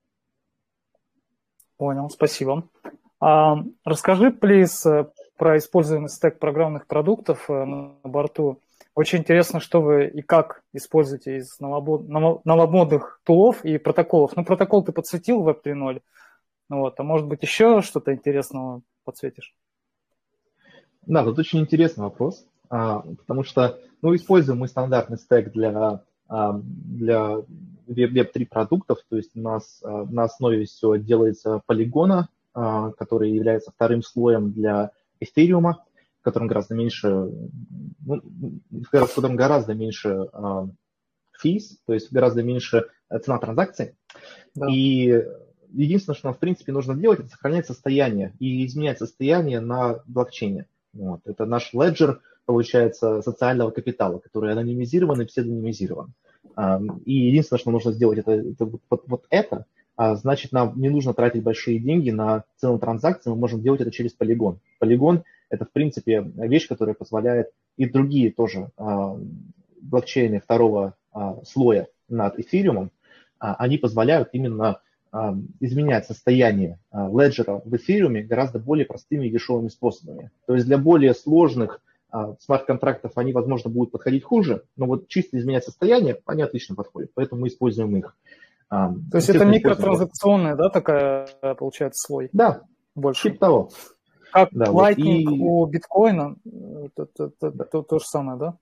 Понял, спасибо. А, расскажи, please, про используемый стек программных продуктов на борту. Очень интересно, что вы и как используете из новомодных тулов и протоколов. Ну, протокол ты подсветил в веб три ноль, вот, а может быть еще что-то интересного подсветишь? Да, тут очень интересный вопрос, потому что, ну, используем мы стандартный стек для, для веб три продуктов, то есть у нас на основе все делается полигона, который является вторым слоем для эфириума, в котором гораздо меньше, ну, в котором гораздо меньше физ, то есть гораздо меньше цена транзакций. Да. И единственное, что нам, в принципе, нужно делать, это сохранять состояние и изменять состояние на блокчейне. Вот. Это наш леджер, получается, социального капитала, который анонимизирован и псевдонимизирован. И единственное, что нужно сделать, это, это вот, вот это. А значит, нам не нужно тратить большие деньги на цену транзакций, мы можем делать это через полигон. Полигон – это, в принципе, вещь, которая позволяет и другие тоже а, блокчейны второго а, слоя над эфириумом, а, они позволяют именно а, изменять состояние а, леджера в эфириуме гораздо более простыми и дешевыми способами. То есть для более сложных а, смарт-контрактов они, возможно, будут подходить хуже, но вот чисто изменять состояние они отлично подходят, поэтому мы используем их. То есть это микротранзакционная, да, такая, получается, слой? Да, больше. Типа того. Как да, Lightning вот, и... у биткоина, это, это, это, да. то, то же самое, да?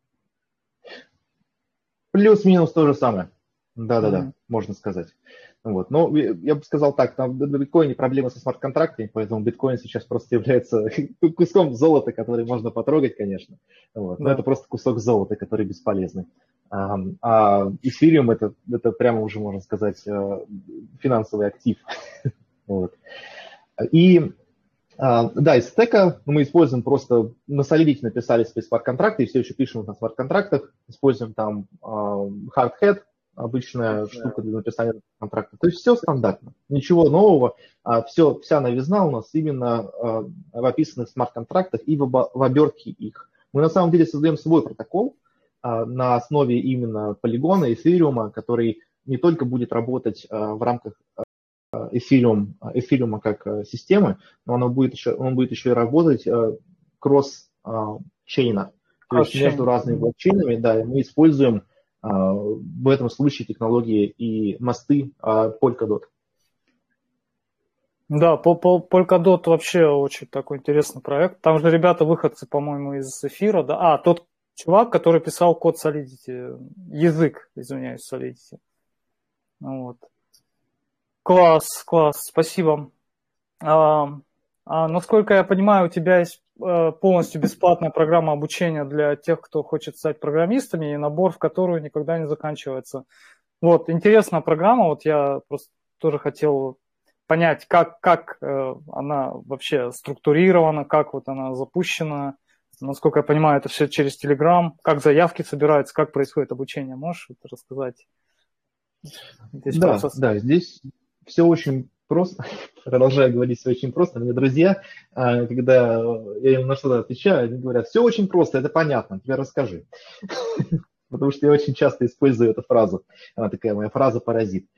Плюс-минус то же самое. Да-да-да, mm-hmm. можно сказать. Вот. Но я бы сказал так, там на биткоине проблемы со смарт-контрактами, поэтому биткоин сейчас просто является куском золота, который можно потрогать, конечно. Вот. Но да. это просто кусок золота, который бесполезный. А, а эфириум это, это прямо уже, можно сказать, финансовый актив. вот. И да, из стека мы используем просто, на Solidity написали свои смарт-контракты, и все еще пишем на смарт-контрактах, используем там hardhead, обычная штука для написания контракта. То есть все стандартно, ничего нового. Все, вся новизна у нас именно в описанных смарт-контрактах и в, в обертке их. Мы на самом деле создаем свой протокол на основе именно полигона, эфириума, который не только будет работать в рамках эфириум, эфириума как системы, но он будет еще, он будет еще и работать кросс-чейна. То есть между разными блокчейнами, да, мы используем в этом случае технологии и мосты Polkadot. Да, Polkadot вообще очень такой интересный проект. Там же ребята выходцы, по-моему, из эфира, да. А, тот чувак, который писал код Solidity, язык, извиняюсь, Solidity. Вот. Класс, класс, спасибо. А, а, насколько я понимаю, у тебя есть полностью бесплатная программа обучения для тех, кто хочет стать программистами, и набор, в которую никогда не заканчивается. Вот, интересная программа, вот я просто тоже хотел понять, как, как она вообще структурирована, как вот она запущена. Насколько я понимаю, это все через Telegram, как заявки собираются, как происходит обучение. Можешь это рассказать? Здесь да, процесс... да, здесь все очень просто. Продолжаю говорить, все очень просто. Мне друзья, когда я им на что-то отвечаю, они говорят, все очень просто, это понятно, тебе расскажи. Потому что я очень часто использую эту фразу. Она такая моя фраза-паразит.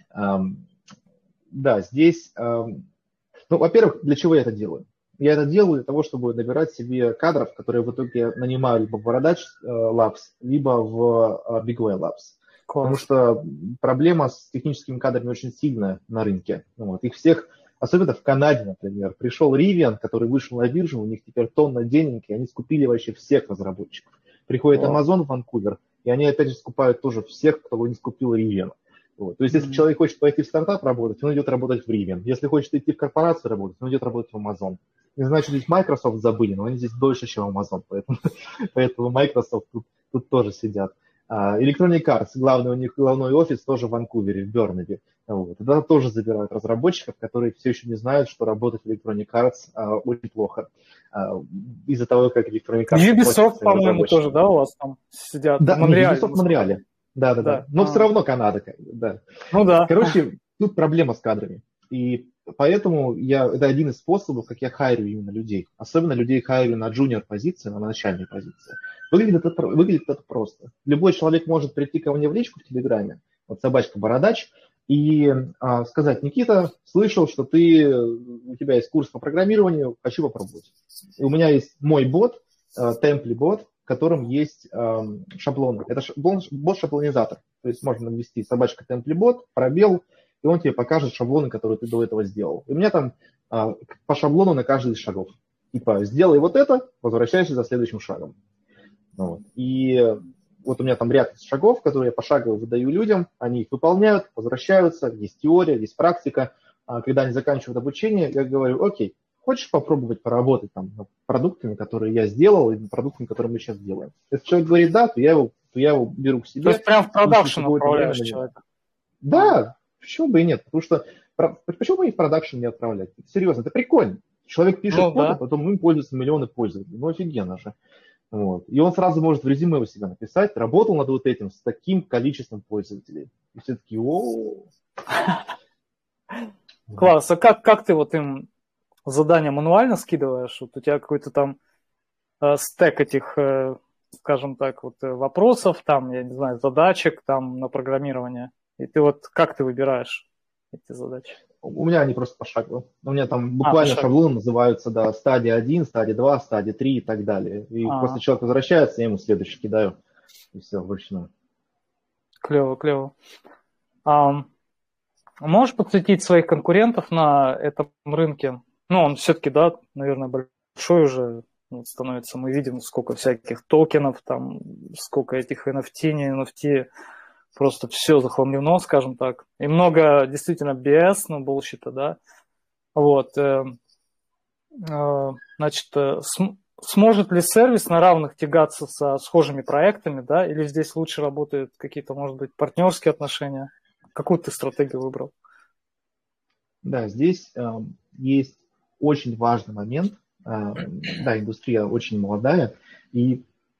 Да, здесь, ну, во-первых, для чего я это делаю? Я это делаю для того, чтобы набирать себе кадров, которые в итоге нанимаю либо в Borodaч Labs, либо в Bigway Labs. Класс. Потому что проблема с техническими кадрами очень сильная на рынке. Вот. Их всех, особенно в Канаде, например, пришел Rivian, который вышел на биржу, у них теперь тонна денег, и они скупили вообще всех разработчиков. Приходит О. Amazon в Ванкувер, и они опять же скупают тоже всех, кто не скупил Rivian. Вот. То есть, если человек хочет пойти в стартап работать, он идет работать в Rivian. Если хочет идти в корпорацию работать, он идет работать в Amazon. Не значит, здесь Microsoft забыли, но они здесь дольше, чем Amazon, поэтому, поэтому Microsoft тут, тут тоже сидят. Uh, Electronic Arts, главный у них главной офис тоже в Ванкувере, в Бернеби. Вот. Туда тоже забирают разработчиков, которые все еще не знают, что работать в Electronic Arts uh, очень плохо. Uh, из-за того, как Electronic Arts... Ubisoft, по-моему, тоже, да, у вас там сидят? Да, в Монреале. Ubisoft в Монреале. Да, да, да. Но а. все равно Канада. Да. Ну да. Короче, тут проблема с кадрами. И поэтому я, это один из способов, как я хайрю именно людей. Особенно людей хайрю на джуниор позиции, на начальной позиции. Выглядит это, выглядит это просто. Любой человек может прийти ко мне в личку в Телеграме, вот собачка Бородач, и а, сказать: Никита, слышал, что ты, у тебя есть курс по программированию, хочу попробовать. И у меня есть мой бот, темпли-бот, в котором есть а, шаблоны. Это бот-шаблонизатор. То есть можно ввести собачка темпли-бот, пробел, и он тебе покажет шаблоны, которые ты до этого сделал. И у меня там а, по шаблону на каждый из шагов. Типа, сделай вот это, возвращайся за следующим шагом. Вот. И вот у меня там ряд шагов, которые я пошагово выдаю людям, они их выполняют, возвращаются, есть теория, есть практика. А когда они заканчивают обучение, я говорю: окей, хочешь попробовать поработать там над продуктами, которые я сделал, и над продуктами, которые мы сейчас делаем? Если человек говорит да, то я его, то я его беру к себе. То есть прям в продакшн отправляешь человека? Да, почему бы и нет? Потому что почему бы и в продакшн не отправлять? Серьезно, это прикольно. Человек пишет ну, код, да. а потом им пользуются миллионы пользователей. Ну, офигенно же. Вот. И он сразу может в резюме у себя написать: работал над вот этим с таким количеством пользователей. И все такие: о. Класс. А как, как ты вот им задания мануально скидываешь? Вот у тебя какой-то там э, стек этих, э, скажем так, вот вопросов, там, я не знаю, задачек там на программирование. И ты вот как ты выбираешь эти задачи? У меня они просто пошагово. У меня там буквально а, шаблоны называются, да, стадия один, стадия два, стадия три и так далее. И а. после человек возвращается, я ему следующий кидаю. И все, вручную. Клево, клево. А, можешь подсветить своих конкурентов на этом рынке? Ну, он все-таки, да, наверное, большой уже вот становится. Мы видим, сколько всяких токенов, там, сколько этих эн эф ти, не эн эф ти. Просто все захламлено, скажем так. И много действительно би эс, ну, булщита, да. Вот. Значит, сможет ли сервис на равных тягаться со схожими проектами, да, или здесь лучше работают какие-то, может быть, партнерские отношения? Какую ты стратегию выбрал? Да, здесь э, есть очень важный момент. Э, да, индустрия очень молодая, и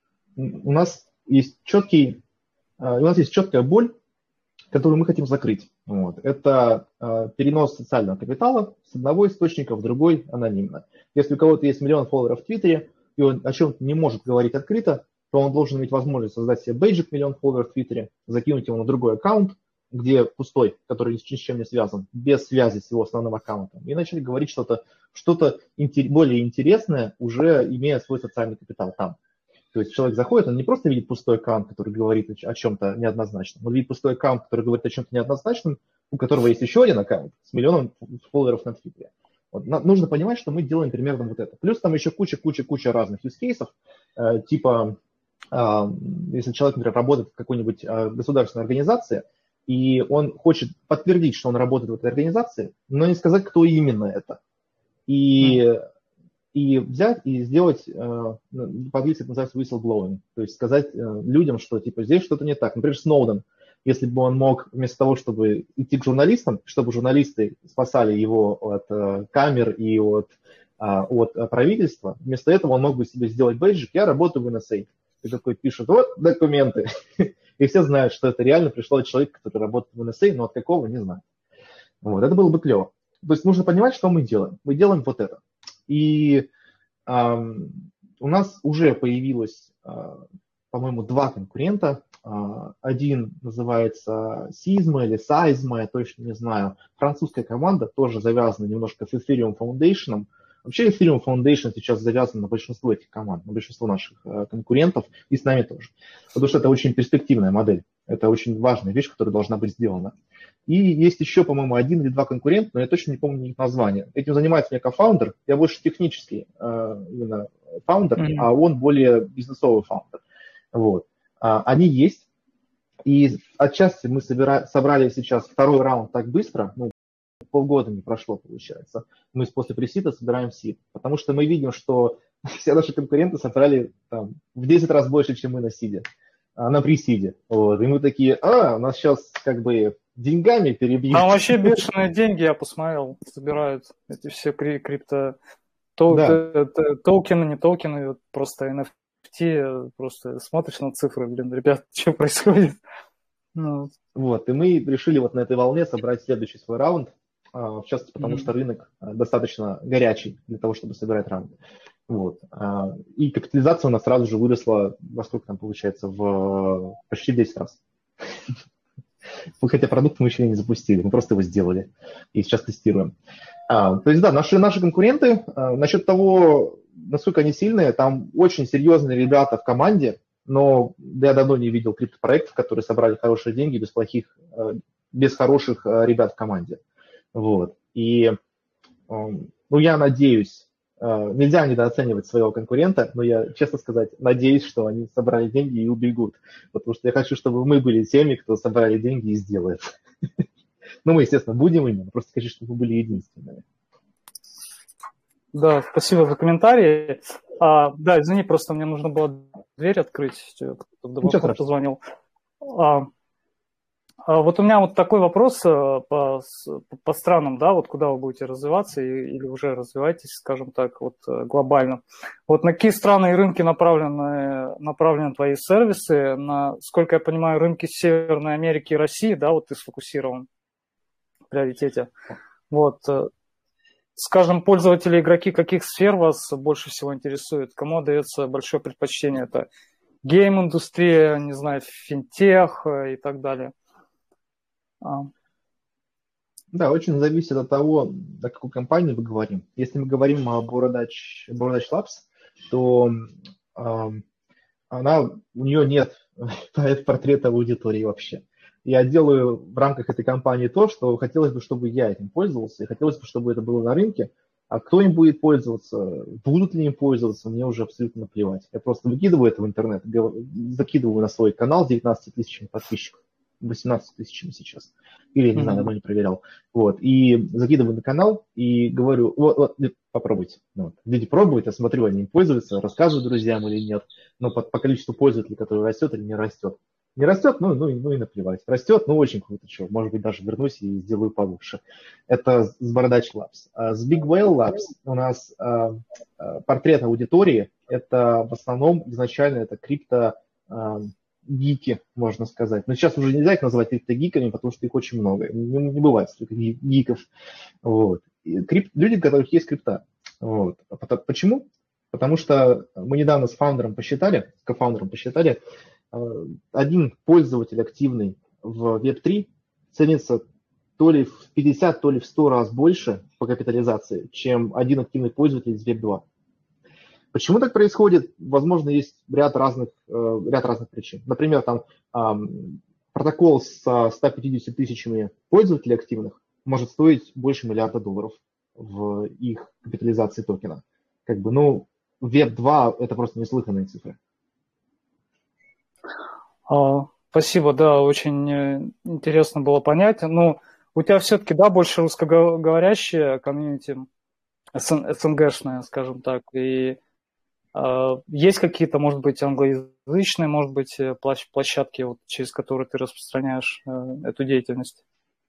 у нас есть четкий У нас есть четкая боль, которую мы хотим закрыть. Вот. Это э, перенос социального капитала с одного источника в другой анонимно. Если у кого-то есть миллион фолловеров в Твиттере, и он о чем-то не может говорить открыто, то он должен иметь возможность создать себе бейджик миллион фолловеров в Твиттере, закинуть его на другой аккаунт, где пустой, который ни с чем не связан, без связи с его основным аккаунтом, и начать говорить что-то, что-то интер- более интересное, уже имея свой социальный капитал там. То есть человек заходит, он не просто видит пустой аккаунт, который говорит о чем-то неоднозначном, он видит пустой аккаунт, который говорит о чем-то неоднозначном, у которого есть еще один аккаунт с миллионом фолловеров на Твиттере. Вот. Нужно понимать, что мы делаем примерно вот это. Плюс там еще куча-куча-куча разных юзкейсов, э, типа, э, если человек, например, работает в какой-нибудь э, государственной организации, и он хочет подтвердить, что он работает в этой организации, но не сказать, кто именно это. И... Mm. И взять и сделать, по-английски это называется whistleblowing, то есть сказать людям, что типа здесь что-то не так. Например, Сноуден, если бы он мог вместо того, чтобы идти к журналистам, чтобы журналисты спасали его от камер и от, от правительства, вместо этого он мог бы себе сделать бейджик: я работаю в эн эс эй. И такой пишет: вот документы. И все знают, что это реально пришло от человека, который работает в эн эс эй, но от какого не знаю. Вот, это было бы клево. То есть нужно понимать, что мы делаем. Мы делаем вот это. И э, у нас уже появилось, э, по-моему, два конкурента. Э, один называется Sysma или Seisma, я точно не знаю. Французская команда, тоже завязана немножко с Ethereum Foundation. Вообще Ethereum Foundation сейчас завязан на большинство этих команд, на большинство наших э, конкурентов, и с нами тоже. Потому что это очень перспективная модель. Это очень важная вещь, которая должна быть сделана. И есть еще, по-моему, один или два конкурента, но я точно не помню их названия. Этим занимается мне кофаундер. Я больше технический э, именно фаундер, mm-hmm. а он более бизнесовый фаундер. Вот. А, они есть. И отчасти мы собира... собрали сейчас второй раунд так быстро, ну, полгода не прошло, получается. Мы после пресида собираем сид, потому что мы видим, что все наши конкуренты собрали там, в десять раз больше, чем мы на сиде, на пресиде. Вот. И мы такие, а, у нас сейчас как бы деньгами перебьют. Там вообще бешеные деньги, я посмотрел, собирают эти все крипто... Тол- Да. Токены, не токены, просто эн эф ти, просто смотришь на цифры, блин, ребят, что происходит? Ну, Вот, и мы решили вот на этой волне собрать следующий свой раунд, в частности, потому mm-hmm. что рынок достаточно горячий для того, чтобы собирать раунд. Вот. И капитализация у нас сразу же выросла, во сколько там получается, в почти десять раз. Хотя продукт мы еще не запустили, мы просто его сделали и сейчас тестируем. А, то есть, да, наши, наши конкуренты, а, насчет того, насколько они сильные, там очень серьезные ребята в команде, но я давно не видел криптопроектов, которые собрали хорошие деньги без плохих, без хороших ребят в команде. Вот. И, ну, я надеюсь, нельзя недооценивать своего конкурента, но я, честно сказать, надеюсь, что они собрали деньги и убегут, потому что я хочу, чтобы мы были теми, кто собрали деньги и сделает. Ну, мы, естественно, будем ими, просто хочу, чтобы мы были единственными. Да, спасибо за комментарии. А, да, извини, просто мне нужно было дверь открыть, кто-то позвонил. А, а вот у меня вот такой вопрос по, по странам, да, вот куда вы будете развиваться или уже развиваетесь, скажем так, вот глобально. Вот на какие страны и рынки направлены, направлены твои сервисы? На, сколько я понимаю, рынки Северной Америки и России, да, вот ты сфокусирован в приоритете. Вот. Скажем, пользователи, игроки каких сфер вас больше всего интересуют? Кому отдается большое предпочтение? Это гейм-индустрия, не знаю, финтех и так далее. Да, очень зависит от того, о какой компании мы говорим. Если мы говорим о Borodaч, Borodaч Labs, то э, она, у нее нет портрета аудитории вообще. Я делаю в рамках этой компании то, что хотелось бы, чтобы я этим пользовался, и хотелось бы, чтобы это было на рынке. А кто им будет пользоваться, будут ли им пользоваться, мне уже абсолютно наплевать. Я просто выкидываю это в интернет, закидываю на свой канал с девятнадцатью тысячами подписчиков, восемнадцать тысячами сейчас, или, не знаю, давно не проверял. Вот, и закидываю на канал и говорю, вот, вот попробуйте. Вот. Люди пробуют, я смотрю, они им пользуются, рассказываю друзьям или нет, но по, по количеству пользователей, которые растет или не растет. Не растет, ну, ну, ну и наплевать. Растет, ну очень круто, что, может быть, даже вернусь и сделаю получше. Это с Borodaч Labs. А с Big Whale Labs у нас а, а, портрет аудитории, это в основном изначально это крипто а, гики, можно сказать. Но сейчас уже нельзя их называть криптогиками, потому что их очень много. Не, не бывает столько гиков. Вот. И крип, люди, у которых есть крипта. Вот. Почему? Потому что мы недавно с фаундером посчитали, с кофаундером посчитали, один пользователь активный в веб три ценится то ли в пятьдесят, то ли в сто раз больше по капитализации, чем один активный пользователь из веб два. Почему так происходит? Возможно, есть ряд разных, ряд разных причин. Например, там протокол со ста пятьюдесятью тысячами пользователей активных может стоить больше миллиарда долларов в их капитализации токена. Как бы, ну, веб два это просто неслыханные цифры. Спасибо, да, очень интересно было понять. Ну, у тебя все-таки, да, больше русскоговорящее комьюнити, СНГшное, скажем так, и э, есть какие-то, может быть, англоязычные, может быть, площадки, вот, через которые ты распространяешь э, эту деятельность?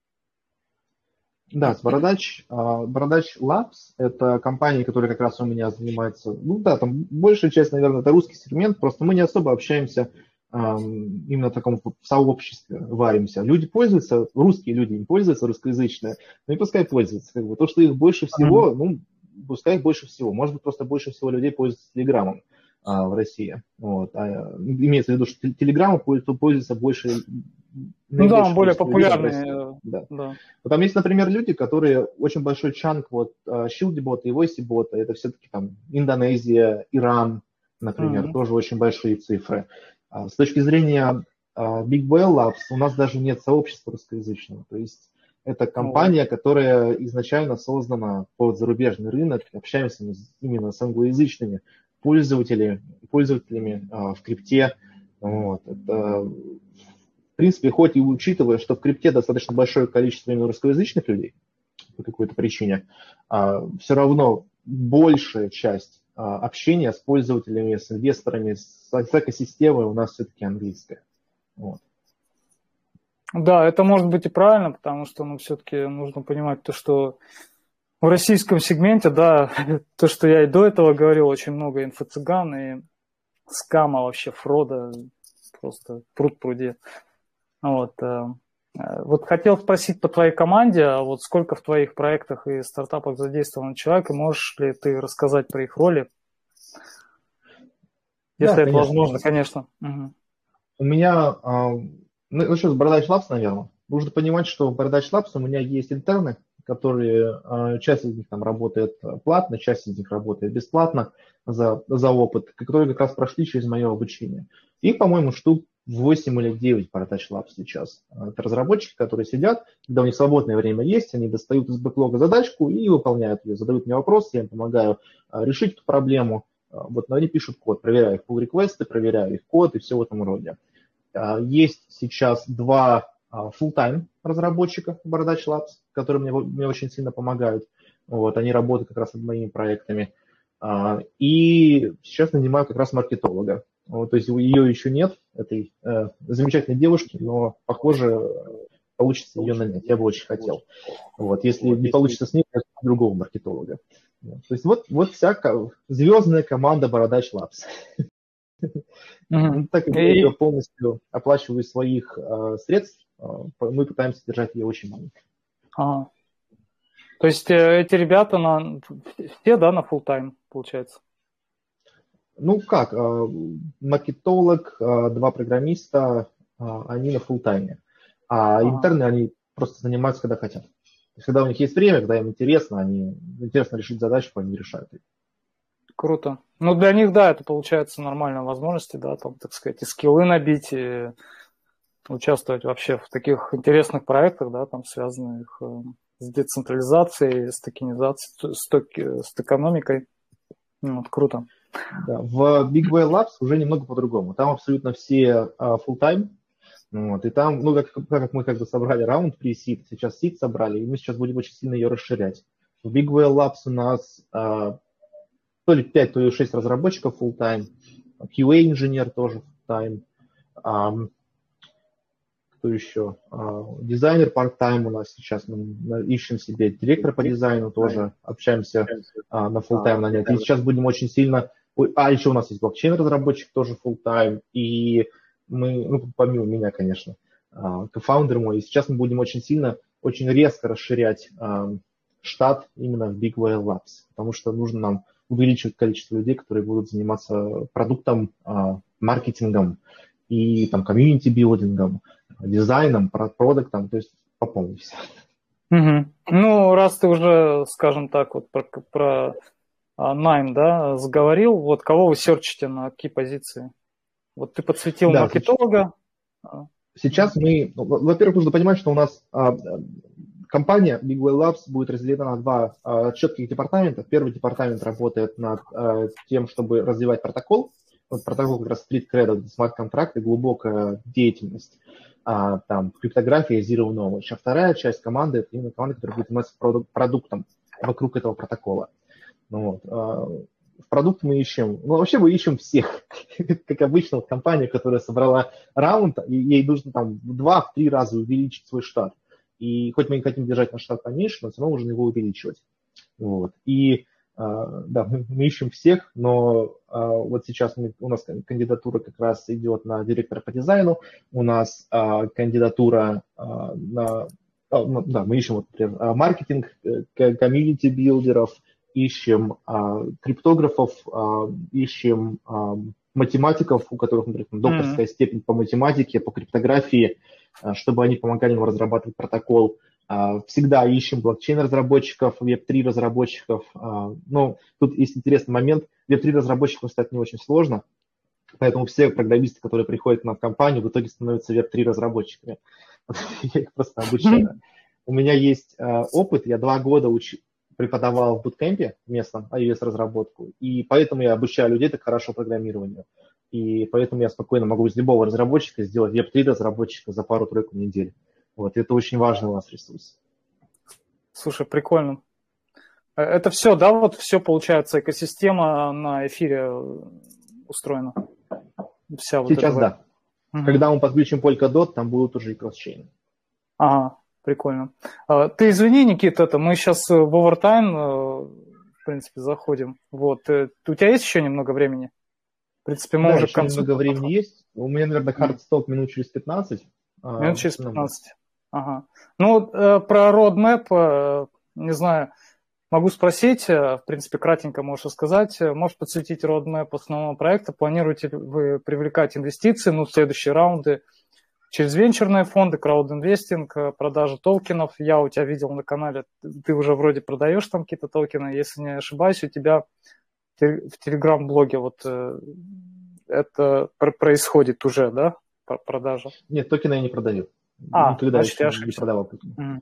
Да, с Borodaч, Borodaч Labs – это компания, которая как раз у меня занимается, ну да, там большая часть, наверное, это русский сегмент, просто мы не особо общаемся именно в таком сообществе, варимся. Люди пользуются, русские люди им пользуются, русскоязычные, ну и пускай пользуются. Как бы. То, что их больше всего, ну, пускай их больше всего. Может быть, просто больше всего людей пользуются Телеграмом а, в России. Вот. А, имеется в виду, что Телеграмом пользуется больше... Ну да, он более популярный. Да. Да. Вот там есть, например, люди, которые очень большой чанк, вот, Shieldbot и VoiceBot, это все-таки там Индонезия, Иран, например, mm-hmm. тоже очень большие цифры. С точки зрения Big Whale Labs у нас даже нет сообщества русскоязычного. То есть это компания, mm-hmm. которая изначально создана под зарубежный рынок. Общаемся именно с англоязычными пользователями, пользователями в крипте. Вот. Это принципе, хоть и учитывая, что в крипте достаточно большое количество именно русскоязычных людей по какой-то причине, все равно большая часть общения с пользователями, с инвесторами, с экосистемой у нас все-таки английская. Вот. Да, это может быть и правильно, потому что ну, все-таки нужно понимать то, что в российском сегменте, да, то, что я и до этого говорил, очень много инфо-цыган и скама вообще, фрода, просто пруд-пруди. Вот. Вот хотел спросить по твоей команде, а вот сколько в твоих проектах и стартапах задействован человек, и можешь ли ты рассказать про их роли? Если Да, это конечно. возможно, конечно. Угу. У меня, ну, что, с Borodaч Labs, наверное. Нужно понимать, что в Borodaч Labs у меня есть интерны, которые, часть из них там работает платно, часть из них работает бесплатно за, за опыт, которые как раз прошли через мое обучение. Их, по-моему, штук восемь или девять Borodaч Labs сейчас. Это разработчики, которые сидят, когда у них свободное время есть, они достают из бэклога задачку и выполняют ее, задают мне вопросы, я им помогаю решить эту проблему. Вот, но они пишут код, проверяю их pull-реквесты, проверяю их код и все в этом роде. Есть сейчас два full-time разработчика Borodaч Labs, которые мне, мне очень сильно помогают. Вот, они работают как раз над моими проектами. И сейчас нанимаю как раз маркетолога. Вот, то есть ее еще нет, этой э, замечательной девушки, но, похоже, получится ее нанять. Я бы очень хотел. Вот, если не получится с ней, то другого маркетолога. Вот, то есть вот, вот вся звездная команда Borodaч Labs. Mm-hmm. Так как я ее полностью оплачиваю из своих э, средств, э, мы пытаемся держать ее очень маленькой. Ага. То есть э, эти ребята на, все, да, на full time, получается? Ну как, э, маркетолог, э, два программиста, э, они на full тайме, а ага. интерны, они просто занимаются, когда хотят. То есть, когда у них есть время, когда им интересно, они интересно решить задачу, они решают ее. Круто. Ну, для них, да, это получается нормальная возможность, да, там, так сказать, и скиллы набить, и участвовать вообще в таких интересных проектах, да, там, связанных с децентрализацией, с токенизацией, с, токи, с токеномикой. Вот, круто. Да, в Big Whale Labs уже немного по-другому. Там абсолютно все uh, full-time. Вот, и там, ну, как, как мы как бы собрали раунд pre-seed, сейчас seed собрали, и мы сейчас будем очень сильно ее расширять. В Big Whale Labs у нас uh, то ли пять, то ли шесть разработчиков full-time, кью эй-инженер тоже full-time, um, кто еще? Uh, дизайнер part-time у нас сейчас, мы ищем себе директора по дизайну, тоже общаемся uh, на full-time нанять. И сейчас будем очень сильно... А, еще у нас есть блокчейн-разработчик, тоже full-time, и мы, ну, помимо меня, конечно, кофаундер мой, и сейчас мы будем очень сильно, очень резко расширять uh, штат именно в Big Whale Labs, потому что нужно нам увеличивать количество людей, которые будут заниматься продуктом, uh, маркетингом и там комьюнити-билдингом, дизайном, продуктом, то есть по полной все. Угу. Ну, раз ты уже, скажем так, вот про... про... найм, да, заговорил. Вот кого вы серчите на какие позиции? Вот ты подсветил да, маркетолога. Сейчас, сейчас мы, ну, во-первых, нужно понимать, что у нас а, компания Big Whale Labs будет разделена на два а, четких департамента. Первый департамент работает над а, тем, чтобы развивать протокол. Вот протокол как раз Street Credit, смарт-контракты, глубокая деятельность, а, там, криптография, Zero Knowledge. А вторая часть команды – это именно команда, которая будет заниматься продуктом вокруг этого протокола. Ну, вот. В продукт мы ищем, ну вообще мы ищем всех, как обычно, вот компания, которая собрала раунд, и ей нужно там в два-три раза увеличить свой штат. И хоть мы не хотим держать наш штат поменьше, но все равно нужно его увеличивать. Вот. И да, мы, мы ищем всех, но вот сейчас мы, у нас кандидатура как раз идет на директора по дизайну, у нас кандидатура на, да, мы ищем, вот, например, маркетинг, комьюнити-билдеров, ищем а, криптографов, а, ищем а, математиков, у которых, например, докторская mm-hmm. степень по математике, по криптографии, а, чтобы они помогали нам разрабатывать протокол. А, всегда ищем блокчейн-разработчиков, веб три разработчиков. А, ну, тут есть интересный момент. веб три разработчиков стать не очень сложно, поэтому все программисты, которые приходят к нам в компанию, в итоге становятся веб три разработчиками. Я их просто обучаю. Mm-hmm. У меня есть а, опыт, я два года учу. преподавал в буткемпе местном ай о эс-разработку, и поэтому я обучаю людей так хорошо программированию. И поэтому я спокойно могу из любого разработчика сделать веб три разработчика за пару-тройку недель. Вот, это очень важный у нас ресурс. Слушай, прикольно. Это все, да, вот все, получается, экосистема на эфире устроена? Вся вот Сейчас эта... да. Угу. Когда мы подключим Polkadot, там будут уже и кросс-чейны. Ага, прикольно. Ты извини, Никита, это мы сейчас в овертайм, в принципе, заходим. Вот. У тебя есть еще немного времени? В принципе, мы да, уже еще к концу. Немного времени есть. У меня, наверное, хардстоп минут через пятнадцать. Минут через пятнадцать. Ага. Ну, про roadmap, не знаю, могу спросить, в принципе, кратенько можешь сказать. Можешь подсветить roadmap основного проекта? Планируете ли вы привлекать инвестиции, ну, в следующие раунды через венчурные фонды, краудинвестинг, продажа токенов? Я у тебя видел на канале, ты уже вроде продаешь там какие-то токены. Если не ошибаюсь, у тебя в Телеграм-блоге вот это происходит уже, да, продажа? Нет, токены я не продаю. А, Никогда значит, еще не продавал токены. Mm.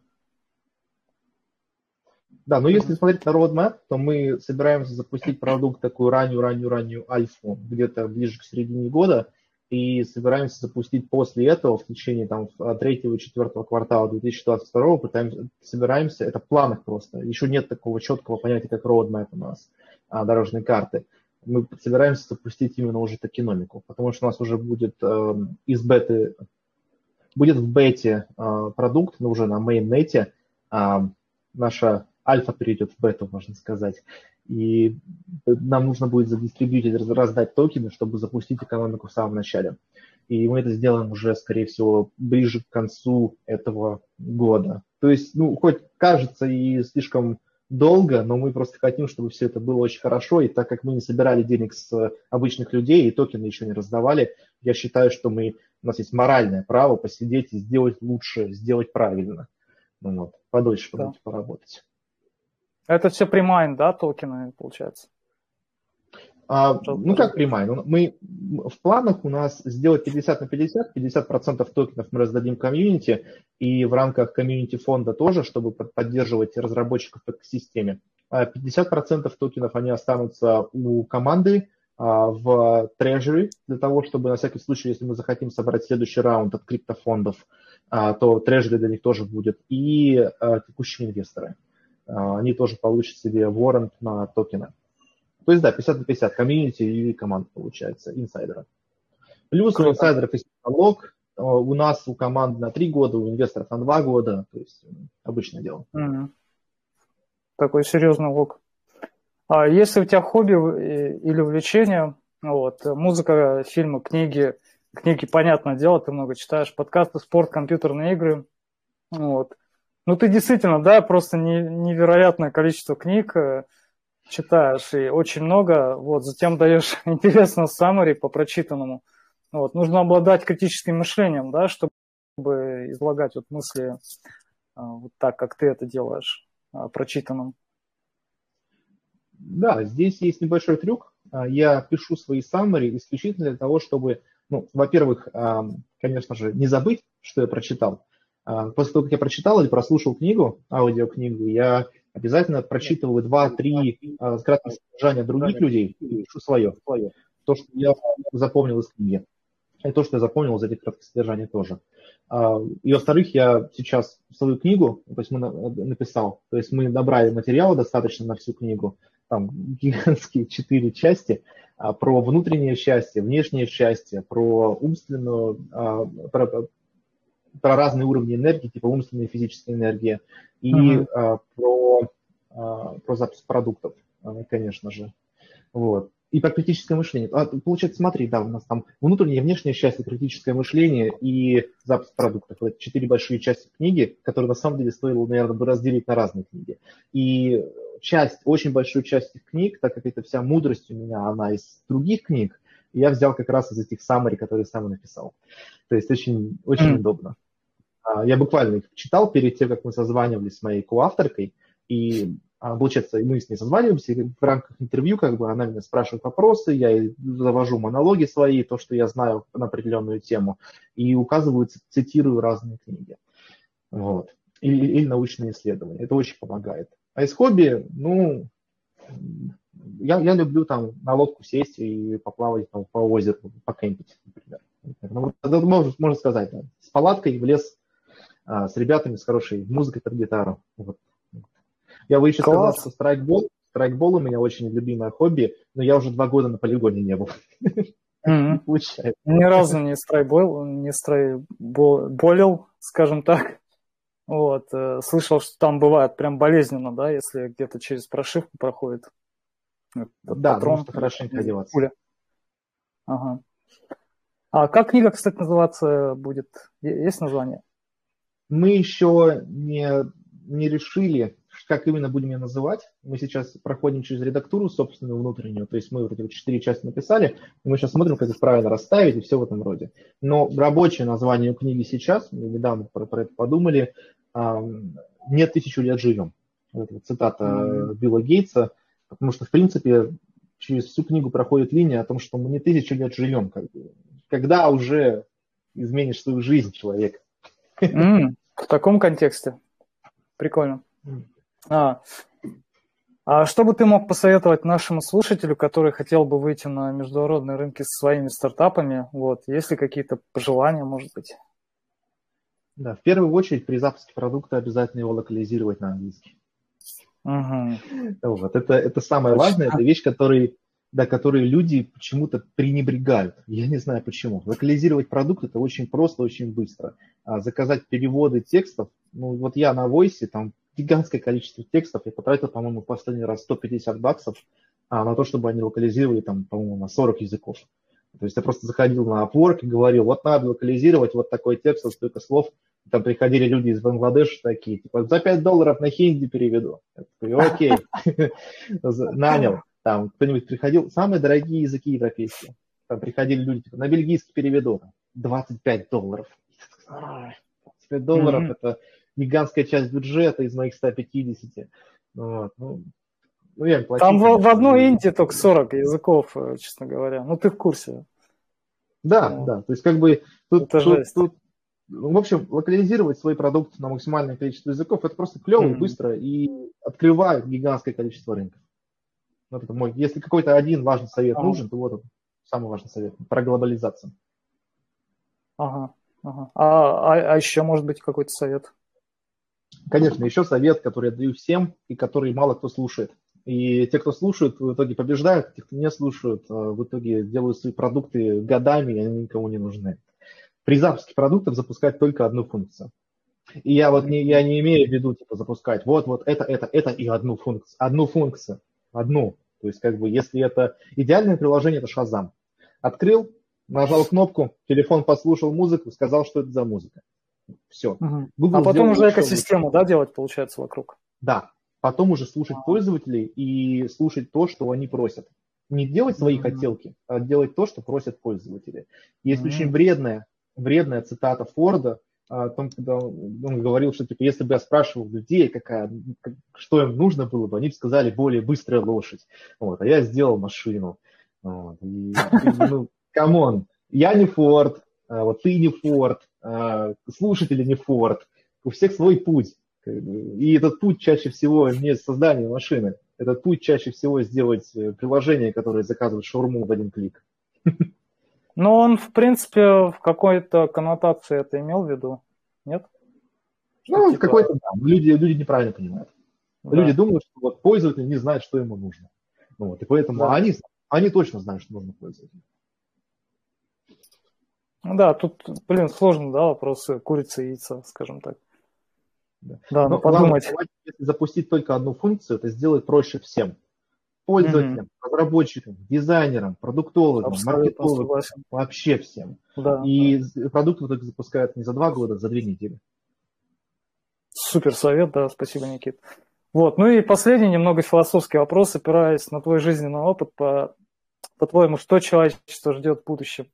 Да, но если смотреть на roadmap, то мы собираемся запустить продукт такую раннюю-раннюю-раннюю альфу где-то ближе к середине года, и собираемся запустить после этого в течение там третьего-четвертого квартала две тысячи двадцать второго, пытаемся, собираемся, это в планах просто, еще нет такого четкого понятия, как roadmap у нас, дорожной карты. Мы собираемся запустить именно уже токеномику, потому что у нас уже будет э, из беты, будет в бете э, продукт, но уже на мейннете, э, наша альфа перейдет в бету, можно сказать, и нам нужно будет задистрибьютить, раздать токены, чтобы запустить экономику в самом начале. И мы это сделаем уже, скорее всего, ближе к концу этого года. То есть, ну, хоть кажется и слишком долго, но мы просто хотим, чтобы все это было очень хорошо, и так как мы не собирали денег с обычных людей и токены еще не раздавали, я считаю, что мы, у нас есть моральное право посидеть и сделать лучше, сделать правильно. Ну, вот, подольше да. поработать. Это все премайн, да, токены, получается? А, ну, как премайн? Мы, в планах у нас сделать пятьдесят на пятьдесят, пятьдесят процентов токенов мы раздадим комьюнити, и в рамках комьюнити фонда тоже, чтобы поддерживать разработчиков в экосистеме. пятьдесят процентов токенов они останутся у команды в Treasury, для того, чтобы на всякий случай, если мы захотим собрать следующий раунд от криптофондов, то Treasury для них тоже будет, и текущие инвесторы. Они тоже получат себе warrant на токены. То есть, да, пятьдесят на пятьдесят, комьюнити и команда получается, инсайдера. Плюс Круто. У инсайдеров есть налог, у нас у команды на три года, у инвесторов на два года, то есть обычное дело. Mm-hmm. Такой серьезный налог. А если у тебя хобби или увлечение, вот, музыка, фильмы, книги, книги, понятное дело, ты много читаешь, подкасты, спорт, компьютерные игры, вот. Ну, ты действительно, да, просто невероятное количество книг читаешь, и очень много, вот, затем даешь интересное саммари по прочитанному. Вот, нужно обладать критическим мышлением, да, чтобы излагать вот мысли вот так, как ты это делаешь, прочитанным. Да, здесь есть небольшой трюк. Я пишу свои саммари исключительно для того, чтобы, ну, во-первых, конечно же, не забыть, что я прочитал. После того, как я прочитал или прослушал книгу, аудиокнигу, я обязательно прочитываю два-три кратких содержания других людей и пишу свое. То, что я запомнил из книги. И то, что я запомнил из этих кратких содержаний тоже. И, во-вторых, я сейчас свою книгу, то есть мы написал, то есть мы набрали материала достаточно на всю книгу, там гигантские четыре части, про внутреннее счастье, внешнее счастье, про умственную, про, про разные уровни энергии, типа умственная и физическая энергия, и uh-huh. а, про, а, про запуск продуктов, конечно же. Вот. И про критическое мышление. А, получается, смотри, да, у нас там внутреннее и внешнее счастье, критическое мышление и запуск продуктов. Это четыре большие части книги, которые на самом деле стоило, наверное, бы разделить на разные книги. И часть, очень большую часть этих книг, так как это вся мудрость у меня, она из других книг, я взял как раз из этих саммари, которые сам написал. То есть очень, очень mm. удобно. Я буквально их читал перед тем, как мы созванивались с моей коавторкой, и, получается, мы с ней созваниваемся, и в рамках интервью как бы она меня спрашивает вопросы, я ей завожу монологи свои, то, что я знаю на определенную тему, и указываю, цитирую разные книги. Вот. Или, или научные исследования. Это очень помогает. А из хобби, ну, я, я люблю там на лодку сесть и поплавать там, по озеру, покемпить, например. Ну, это можно, можно сказать, да. С палаткой в лес, а, с ребятами, с хорошей музыкой под гитару. Вот. Я бы еще сказал, Класс. что страйкбол, страйкбол у меня очень любимое хобби, но я уже два года на полигоне не был. Не Мгм. получается. Ни разу не страйбол, не страйболил, скажем так. Вот. э, Слышал, что там бывает прям болезненно, да, если где-то через прошивку проходит этот Да, патрон, нужно хорошенько или одеваться. пуля. Ага. А как книга, кстати, называться будет? Е- Есть название? Мы еще не, не решили, как именно будем ее называть. Мы сейчас проходим через редактуру собственную внутреннюю, то есть мы вот эти вот четыре части написали, и мы сейчас смотрим, как их правильно расставить и все в этом роде. Но рабочее название у книги сейчас, мы недавно про, про это подумали, ам, «Не тысячу лет живем». Это вот цитата М. Билла Гейтса, потому что, в принципе, через всю книгу проходит линия о том, что мы не тысячу лет живем. Как бы. Когда уже изменишь свою жизнь, человек? М, В таком контексте. Прикольно. А, а что бы ты мог посоветовать нашему слушателю, который хотел бы выйти на международные рынки со своими стартапами? Вот, есть ли какие-то пожелания, может быть? Да, в первую очередь при запуске продукта обязательно его локализировать на английский. Угу. Вот. Это, это самое важное, это вещь, которой, да, которые люди почему-то пренебрегают. Я не знаю почему. Локализировать продукт это очень просто, очень быстро. А заказать переводы текстов, ну вот я на Voice, там гигантское количество текстов, я потратил, по-моему, в последний раз сто пятьдесят баксов а, на то, чтобы они локализировали, там, по-моему, на сорок языков. То есть я просто заходил на Upwork и говорил, вот надо локализировать вот такой текст, вот столько слов. Там приходили люди из Бангладеша такие, типа, за пять долларов на хинди переведу. Я такой, окей, нанял. Там кто-нибудь приходил, самые дорогие языки европейские. Там приходили люди, типа, на бельгийский переведу, двадцать пять долларов. двадцать пять долларов Мгм. это гигантская часть бюджета из моих ста пятидесяти. Вот. Ну, ну, я им плачу, Там в, в конечно. одной и- Индии только сорок языков, э, честно говоря. Ну, ты в курсе. Да, Вот. да. То есть, как бы, тут, Это тут, жесть. тут ну, в общем, локализировать свой продукт на максимальное количество языков, это просто клево и Мгм. быстро, и открывает гигантское количество рынков. Вот это мой. Если какой-то один важный совет Ага, нужен, то вот он, самый важный совет про глобализацию. ага, ага. А, а, а еще, может быть, какой-то совет? Конечно, еще совет, который я даю всем, и который мало кто слушает. И те, кто слушают, в итоге побеждают, те, кто не слушают, в итоге делают свои продукты годами, и они никому не нужны. При запуске продуктов запускать только одну функцию. И я вот не, я не имею в виду типа запускать вот, вот это, это, это и одну функцию. Одну функцию. Одну. То есть как бы если это идеальное приложение, это Shazam. Открыл, нажал кнопку, телефон послушал музыку, сказал, что это за музыка. Все. Мгм. А Google потом сделал уже лучше, лучше. экосистему, да, делать, получается, вокруг. Да. Потом уже слушать А, пользователей и слушать то, что они просят. Не делать свои мгм, хотелки, а делать то, что просят пользователи. Есть очень мгм. вредная, вредная цитата Форда о том, когда он говорил, что типа, если бы я спрашивал людей, какая, что им нужно было бы, они бы сказали более быстрая лошадь. Вот, а я сделал машину. Вот, и, и, ну, камон, я не Форд, а вот ты не Форд, а слушатели не Форд. У всех свой путь. И этот путь чаще всего не создание машины. Этот путь чаще всего сделать приложение, которое заказывает шаурму в один клик. Но он, в принципе, в какой-то коннотации это имел в виду, нет? Что Ну, в типа, какой-то, да, люди, люди неправильно понимают. Люди да, думают, что вот пользователь не знает, что ему нужно. Вот, и поэтому да. они, они точно знают, что нужно пользователю. Ну да, тут, блин, сложно, да, вопросы курицы и яйца, скажем так. Да. Да, ну Но главное, подумать. если запустить только одну функцию, это сделать проще всем. Мгм. Пользователям, разработчикам, дизайнерам, продуктологам, Абсолютно маркетологам, согласен. вообще всем. Да, да. И продукт в итоге запускают не за два года, а за две недели. Супер совет, да, спасибо, Никит. Вот, ну и последний немного философский вопрос, опираясь на твой жизненный опыт, по, по-твоему, что человечество ждет в будущем?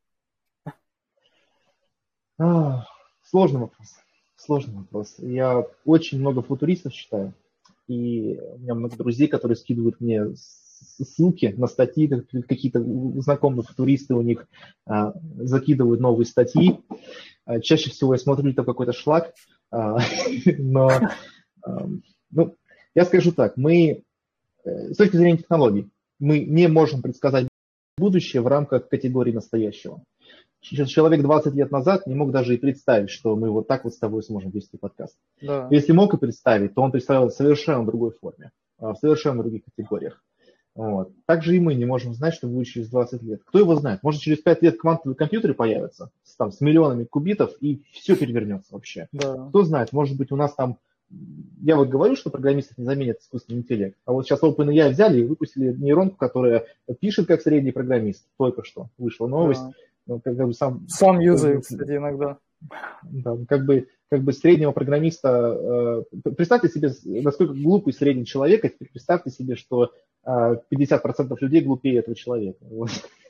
А, сложный вопрос. Сложный вопрос. Я очень много футуристов читаю. И у меня много друзей, которые скидывают мне ссылки на статьи, какие-то знакомые футуристы у них а, закидывают новые статьи. А, чаще всего я смотрю там какой-то шлак, а, но а, ну, я скажу так, мы с точки зрения технологий, мы не можем предсказать будущее в рамках категории настоящего. Человек двадцать лет назад не мог даже и представить, что мы вот так вот с тобой сможем вести подкаст. Да. Если мог и представить, то он представил в совершенно другой форме, в совершенно других категориях. Вот. Также и мы не можем знать, что будет через двадцать лет. Кто его знает? Может, через пять лет квантовые компьютеры появятся с, там, с миллионами кубитов, и все перевернется вообще. Да. Кто знает, может быть, у нас там... Я вот говорю, что программистов не заменит искусственный интеллект, а вот сейчас OpenAI взяли и выпустили нейронку, которая пишет как средний программист. Только что вышла новость. Да. Ну, как бы сам, сам юзаю, кстати, иногда. Да, как бы, как бы среднего программиста... Э, представьте себе, насколько глупый средний человек, а теперь представьте себе, что э, пятьдесят процентов людей глупее этого человека. Вот.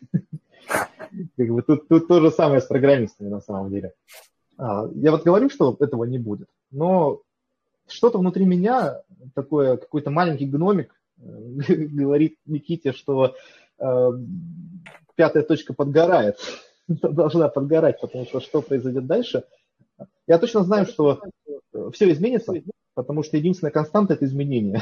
Как бы тут, тут то же самое с программистами на самом деле. А, я вот говорю, что этого не будет, но что-то внутри меня, такое, какой-то маленький гномик, э, говорит Никите, что э, пятая точка подгорает. Должна подгорать, потому что что произойдет дальше? Я точно знаю, что все изменится, потому что единственная константа – это изменение.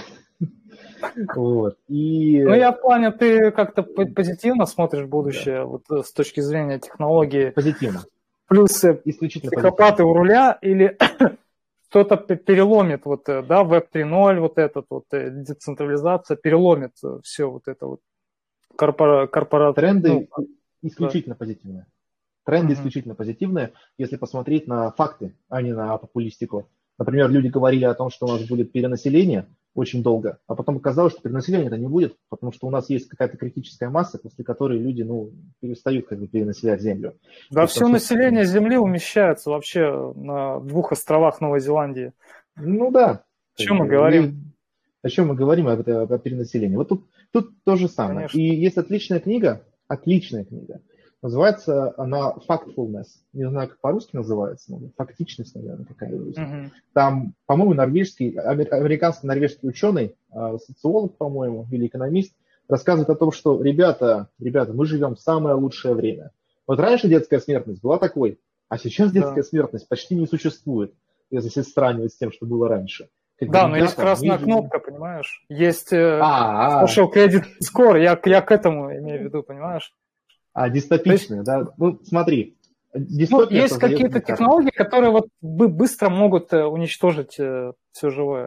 Вот. И... Ну, я в плане, ты как-то позитивно смотришь будущее, да. Вот с точки зрения технологии. Позитивно. Плюс исключительно психопаты у руля или что-то переломит, вот, да, веб три ноль, вот этот вот, децентрализация, переломит все вот это вот корпора... корпорат... Тренды ну, исключительно да. позитивные. Тренды uh-huh. исключительно позитивные, если посмотреть на факты, а не на популистику. Например, люди говорили о том, что у нас будет перенаселение очень долго, а потом оказалось, что перенаселения-то не будет, потому что у нас есть какая-то критическая масса, после которой люди ну, перестают как бы перенаселять Землю. Да, все население Земли умещается вообще на двух островах Новой Зеландии. Ну да. О чем мы говорим? О чем мы говорим, об, о перенаселении. Вот тут, тут то же самое. Конечно. И есть отличная книга, отличная книга. Называется она Factfulness. Не знаю, как по-русски называется. Но фактичность, наверное, какая-нибудь. Uh-huh. Там, по-моему, норвежский, американско-норвежский ученый, социолог, по-моему, или экономист, рассказывает о том, что, ребята, ребята, мы живем в самое лучшее время. Вот раньше детская смертность была такой, а сейчас детская да. смертность почти не существует, если сравнивать с тем, что было раньше. Как да, но есть красная живем... кнопка, понимаешь? Есть social credit score, я, я к этому имею в виду, понимаешь? А, дистопичные, есть, да? Ну, смотри. Ну, есть какие-то технологии, которые вот быстро могут уничтожить все живое.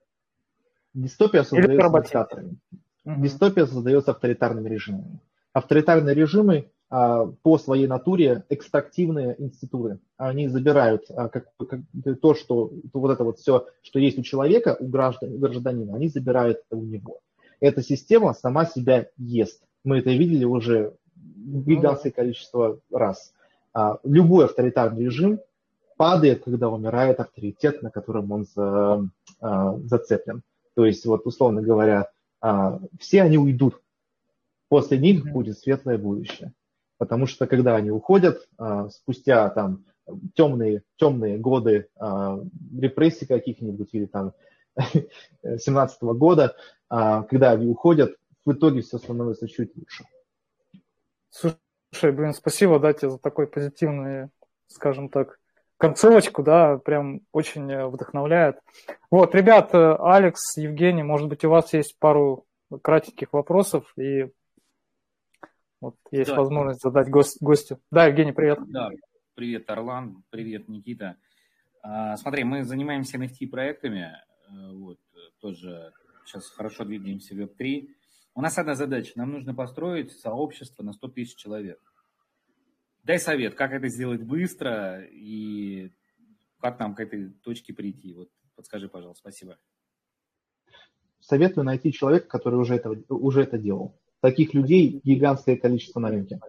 Дистопия создается диктаторами. Угу. Дистопия создается авторитарными режимами. Авторитарные режимы а, по своей натуре экстрактивные институты. Они забирают а, как, как, то, что то, вот это вот все, что есть у человека, у, граждан, у гражданина, они забирают это у него. Эта система сама себя ест. Мы это видели уже гигантское количество раз. А, любой авторитарный режим падает, когда умирает авторитет, на котором он за, а, зацеплен. То есть, вот, условно говоря, а, все они уйдут. После них mm-hmm. будет светлое будущее. Потому что, когда они уходят, а, спустя там темные, темные годы а, репрессий каких-нибудь или там семнадцатого года, а, когда они уходят, в итоге все становится чуть лучше. Слушай, блин, спасибо, да, тебе за такой позитивный, скажем так, концовочку, да, прям очень вдохновляет. Вот, ребят, Алекс, Евгений, может быть, у вас есть пару кратеньких вопросов, и вот есть да. возможность задать гость, гостю. Да, Евгений, привет. Да, привет, Орлан, привет, Никита. А, смотри, мы занимаемся эн эф ти-проектами, вот, тоже сейчас хорошо двигаемся в веб три. У нас одна задача, нам нужно построить сообщество на сто тысяч человек. Дай совет, как это сделать быстро и как нам к этой точке прийти. Вот подскажи, пожалуйста, спасибо. Советую найти человека, который уже это, уже это делал. Таких людей гигантское количество на рынке.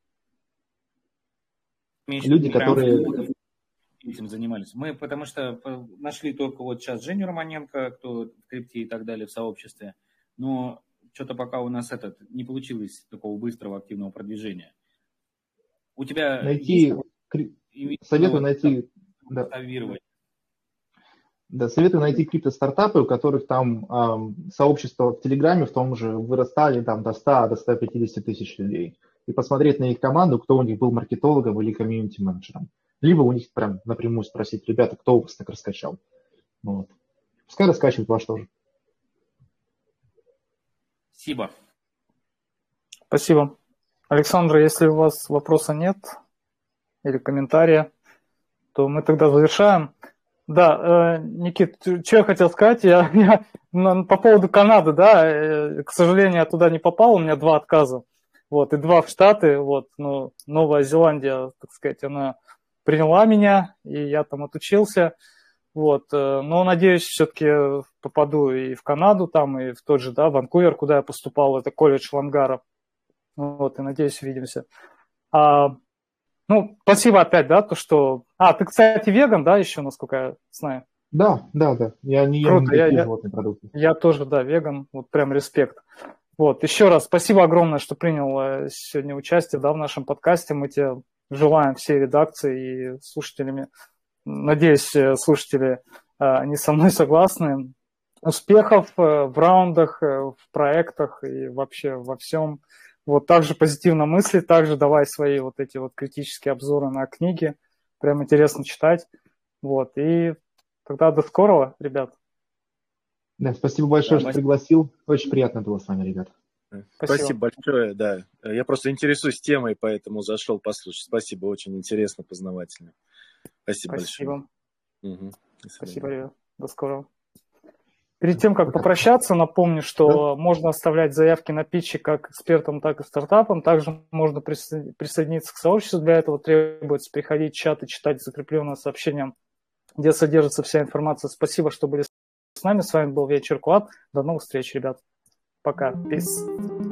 Меньше Люди, которые... этим занимались. Мы потому что нашли только вот сейчас Женю Романенко, кто в крипте и так далее в сообществе, но что-то пока у нас этот не получилось такого быстрого активного продвижения. У тебя найти, есть... советую найти, да. Да, советую найти крипто-стартапы, у которых там эм, сообщества в Телеграме в том же вырастали там до ста, до ста пятидесяти тысяч людей. И посмотреть на их команду, кто у них был маркетологом или комьюнити-менеджером. Либо у них прям напрямую спросить, ребята, кто у вас так раскачал. Вот. Пускай раскачивают ваш тоже. Спасибо. Спасибо. Александр, если у вас вопроса нет или комментария, то мы тогда завершаем. Да, Никит, что я хотел сказать, я, я по поводу Канады, да, к сожалению, я туда не попал, у меня два отказа, вот, и два в Штаты, вот, но Новая Зеландия, так сказать, она приняла меня, и я там отучился, вот, но надеюсь, все-таки попаду и в Канаду, там, и в тот же, да, Ванкувер, куда я поступал, это колледж Лангара, вот, и надеюсь, увидимся. А, Ну, спасибо опять, да, то, что... А, ты, кстати, веган, да, еще, насколько я знаю? Да, да, да. Я не ем Круто, никакие я, животные продукты. Я тоже, да, веган, вот прям респект. Вот, еще раз спасибо огромное, что принял сегодня участие, да, в нашем подкасте. Мы тебе желаем всей редакции и слушателями, надеюсь, слушатели, они со мной согласны, успехов в раундах, в проектах и вообще во всем. Вот также позитивно мысли, также давай свои вот эти вот критические обзоры на книги. Прям интересно читать. Вот. И тогда до скорого, ребят. Да, спасибо большое, Да, что спасибо. пригласил. Очень приятно было с вами, ребят. Спасибо. Спасибо большое, да. Я просто интересуюсь темой, поэтому зашел послушать. Спасибо, очень интересно, познавательно. Спасибо, Спасибо. большое. Угу. Спасибо, ребят. До скорого. Перед тем, как попрощаться, напомню, что да? можно оставлять заявки на питчи как экспертам, так и стартапам. Также можно присоединиться к сообществу. Для этого требуется переходить в чат и читать закрепленное сообщение, где содержится вся информация. Спасибо, что были с нами. С вами был Вечер Куат. До новых встреч, ребят. Пока. Peace.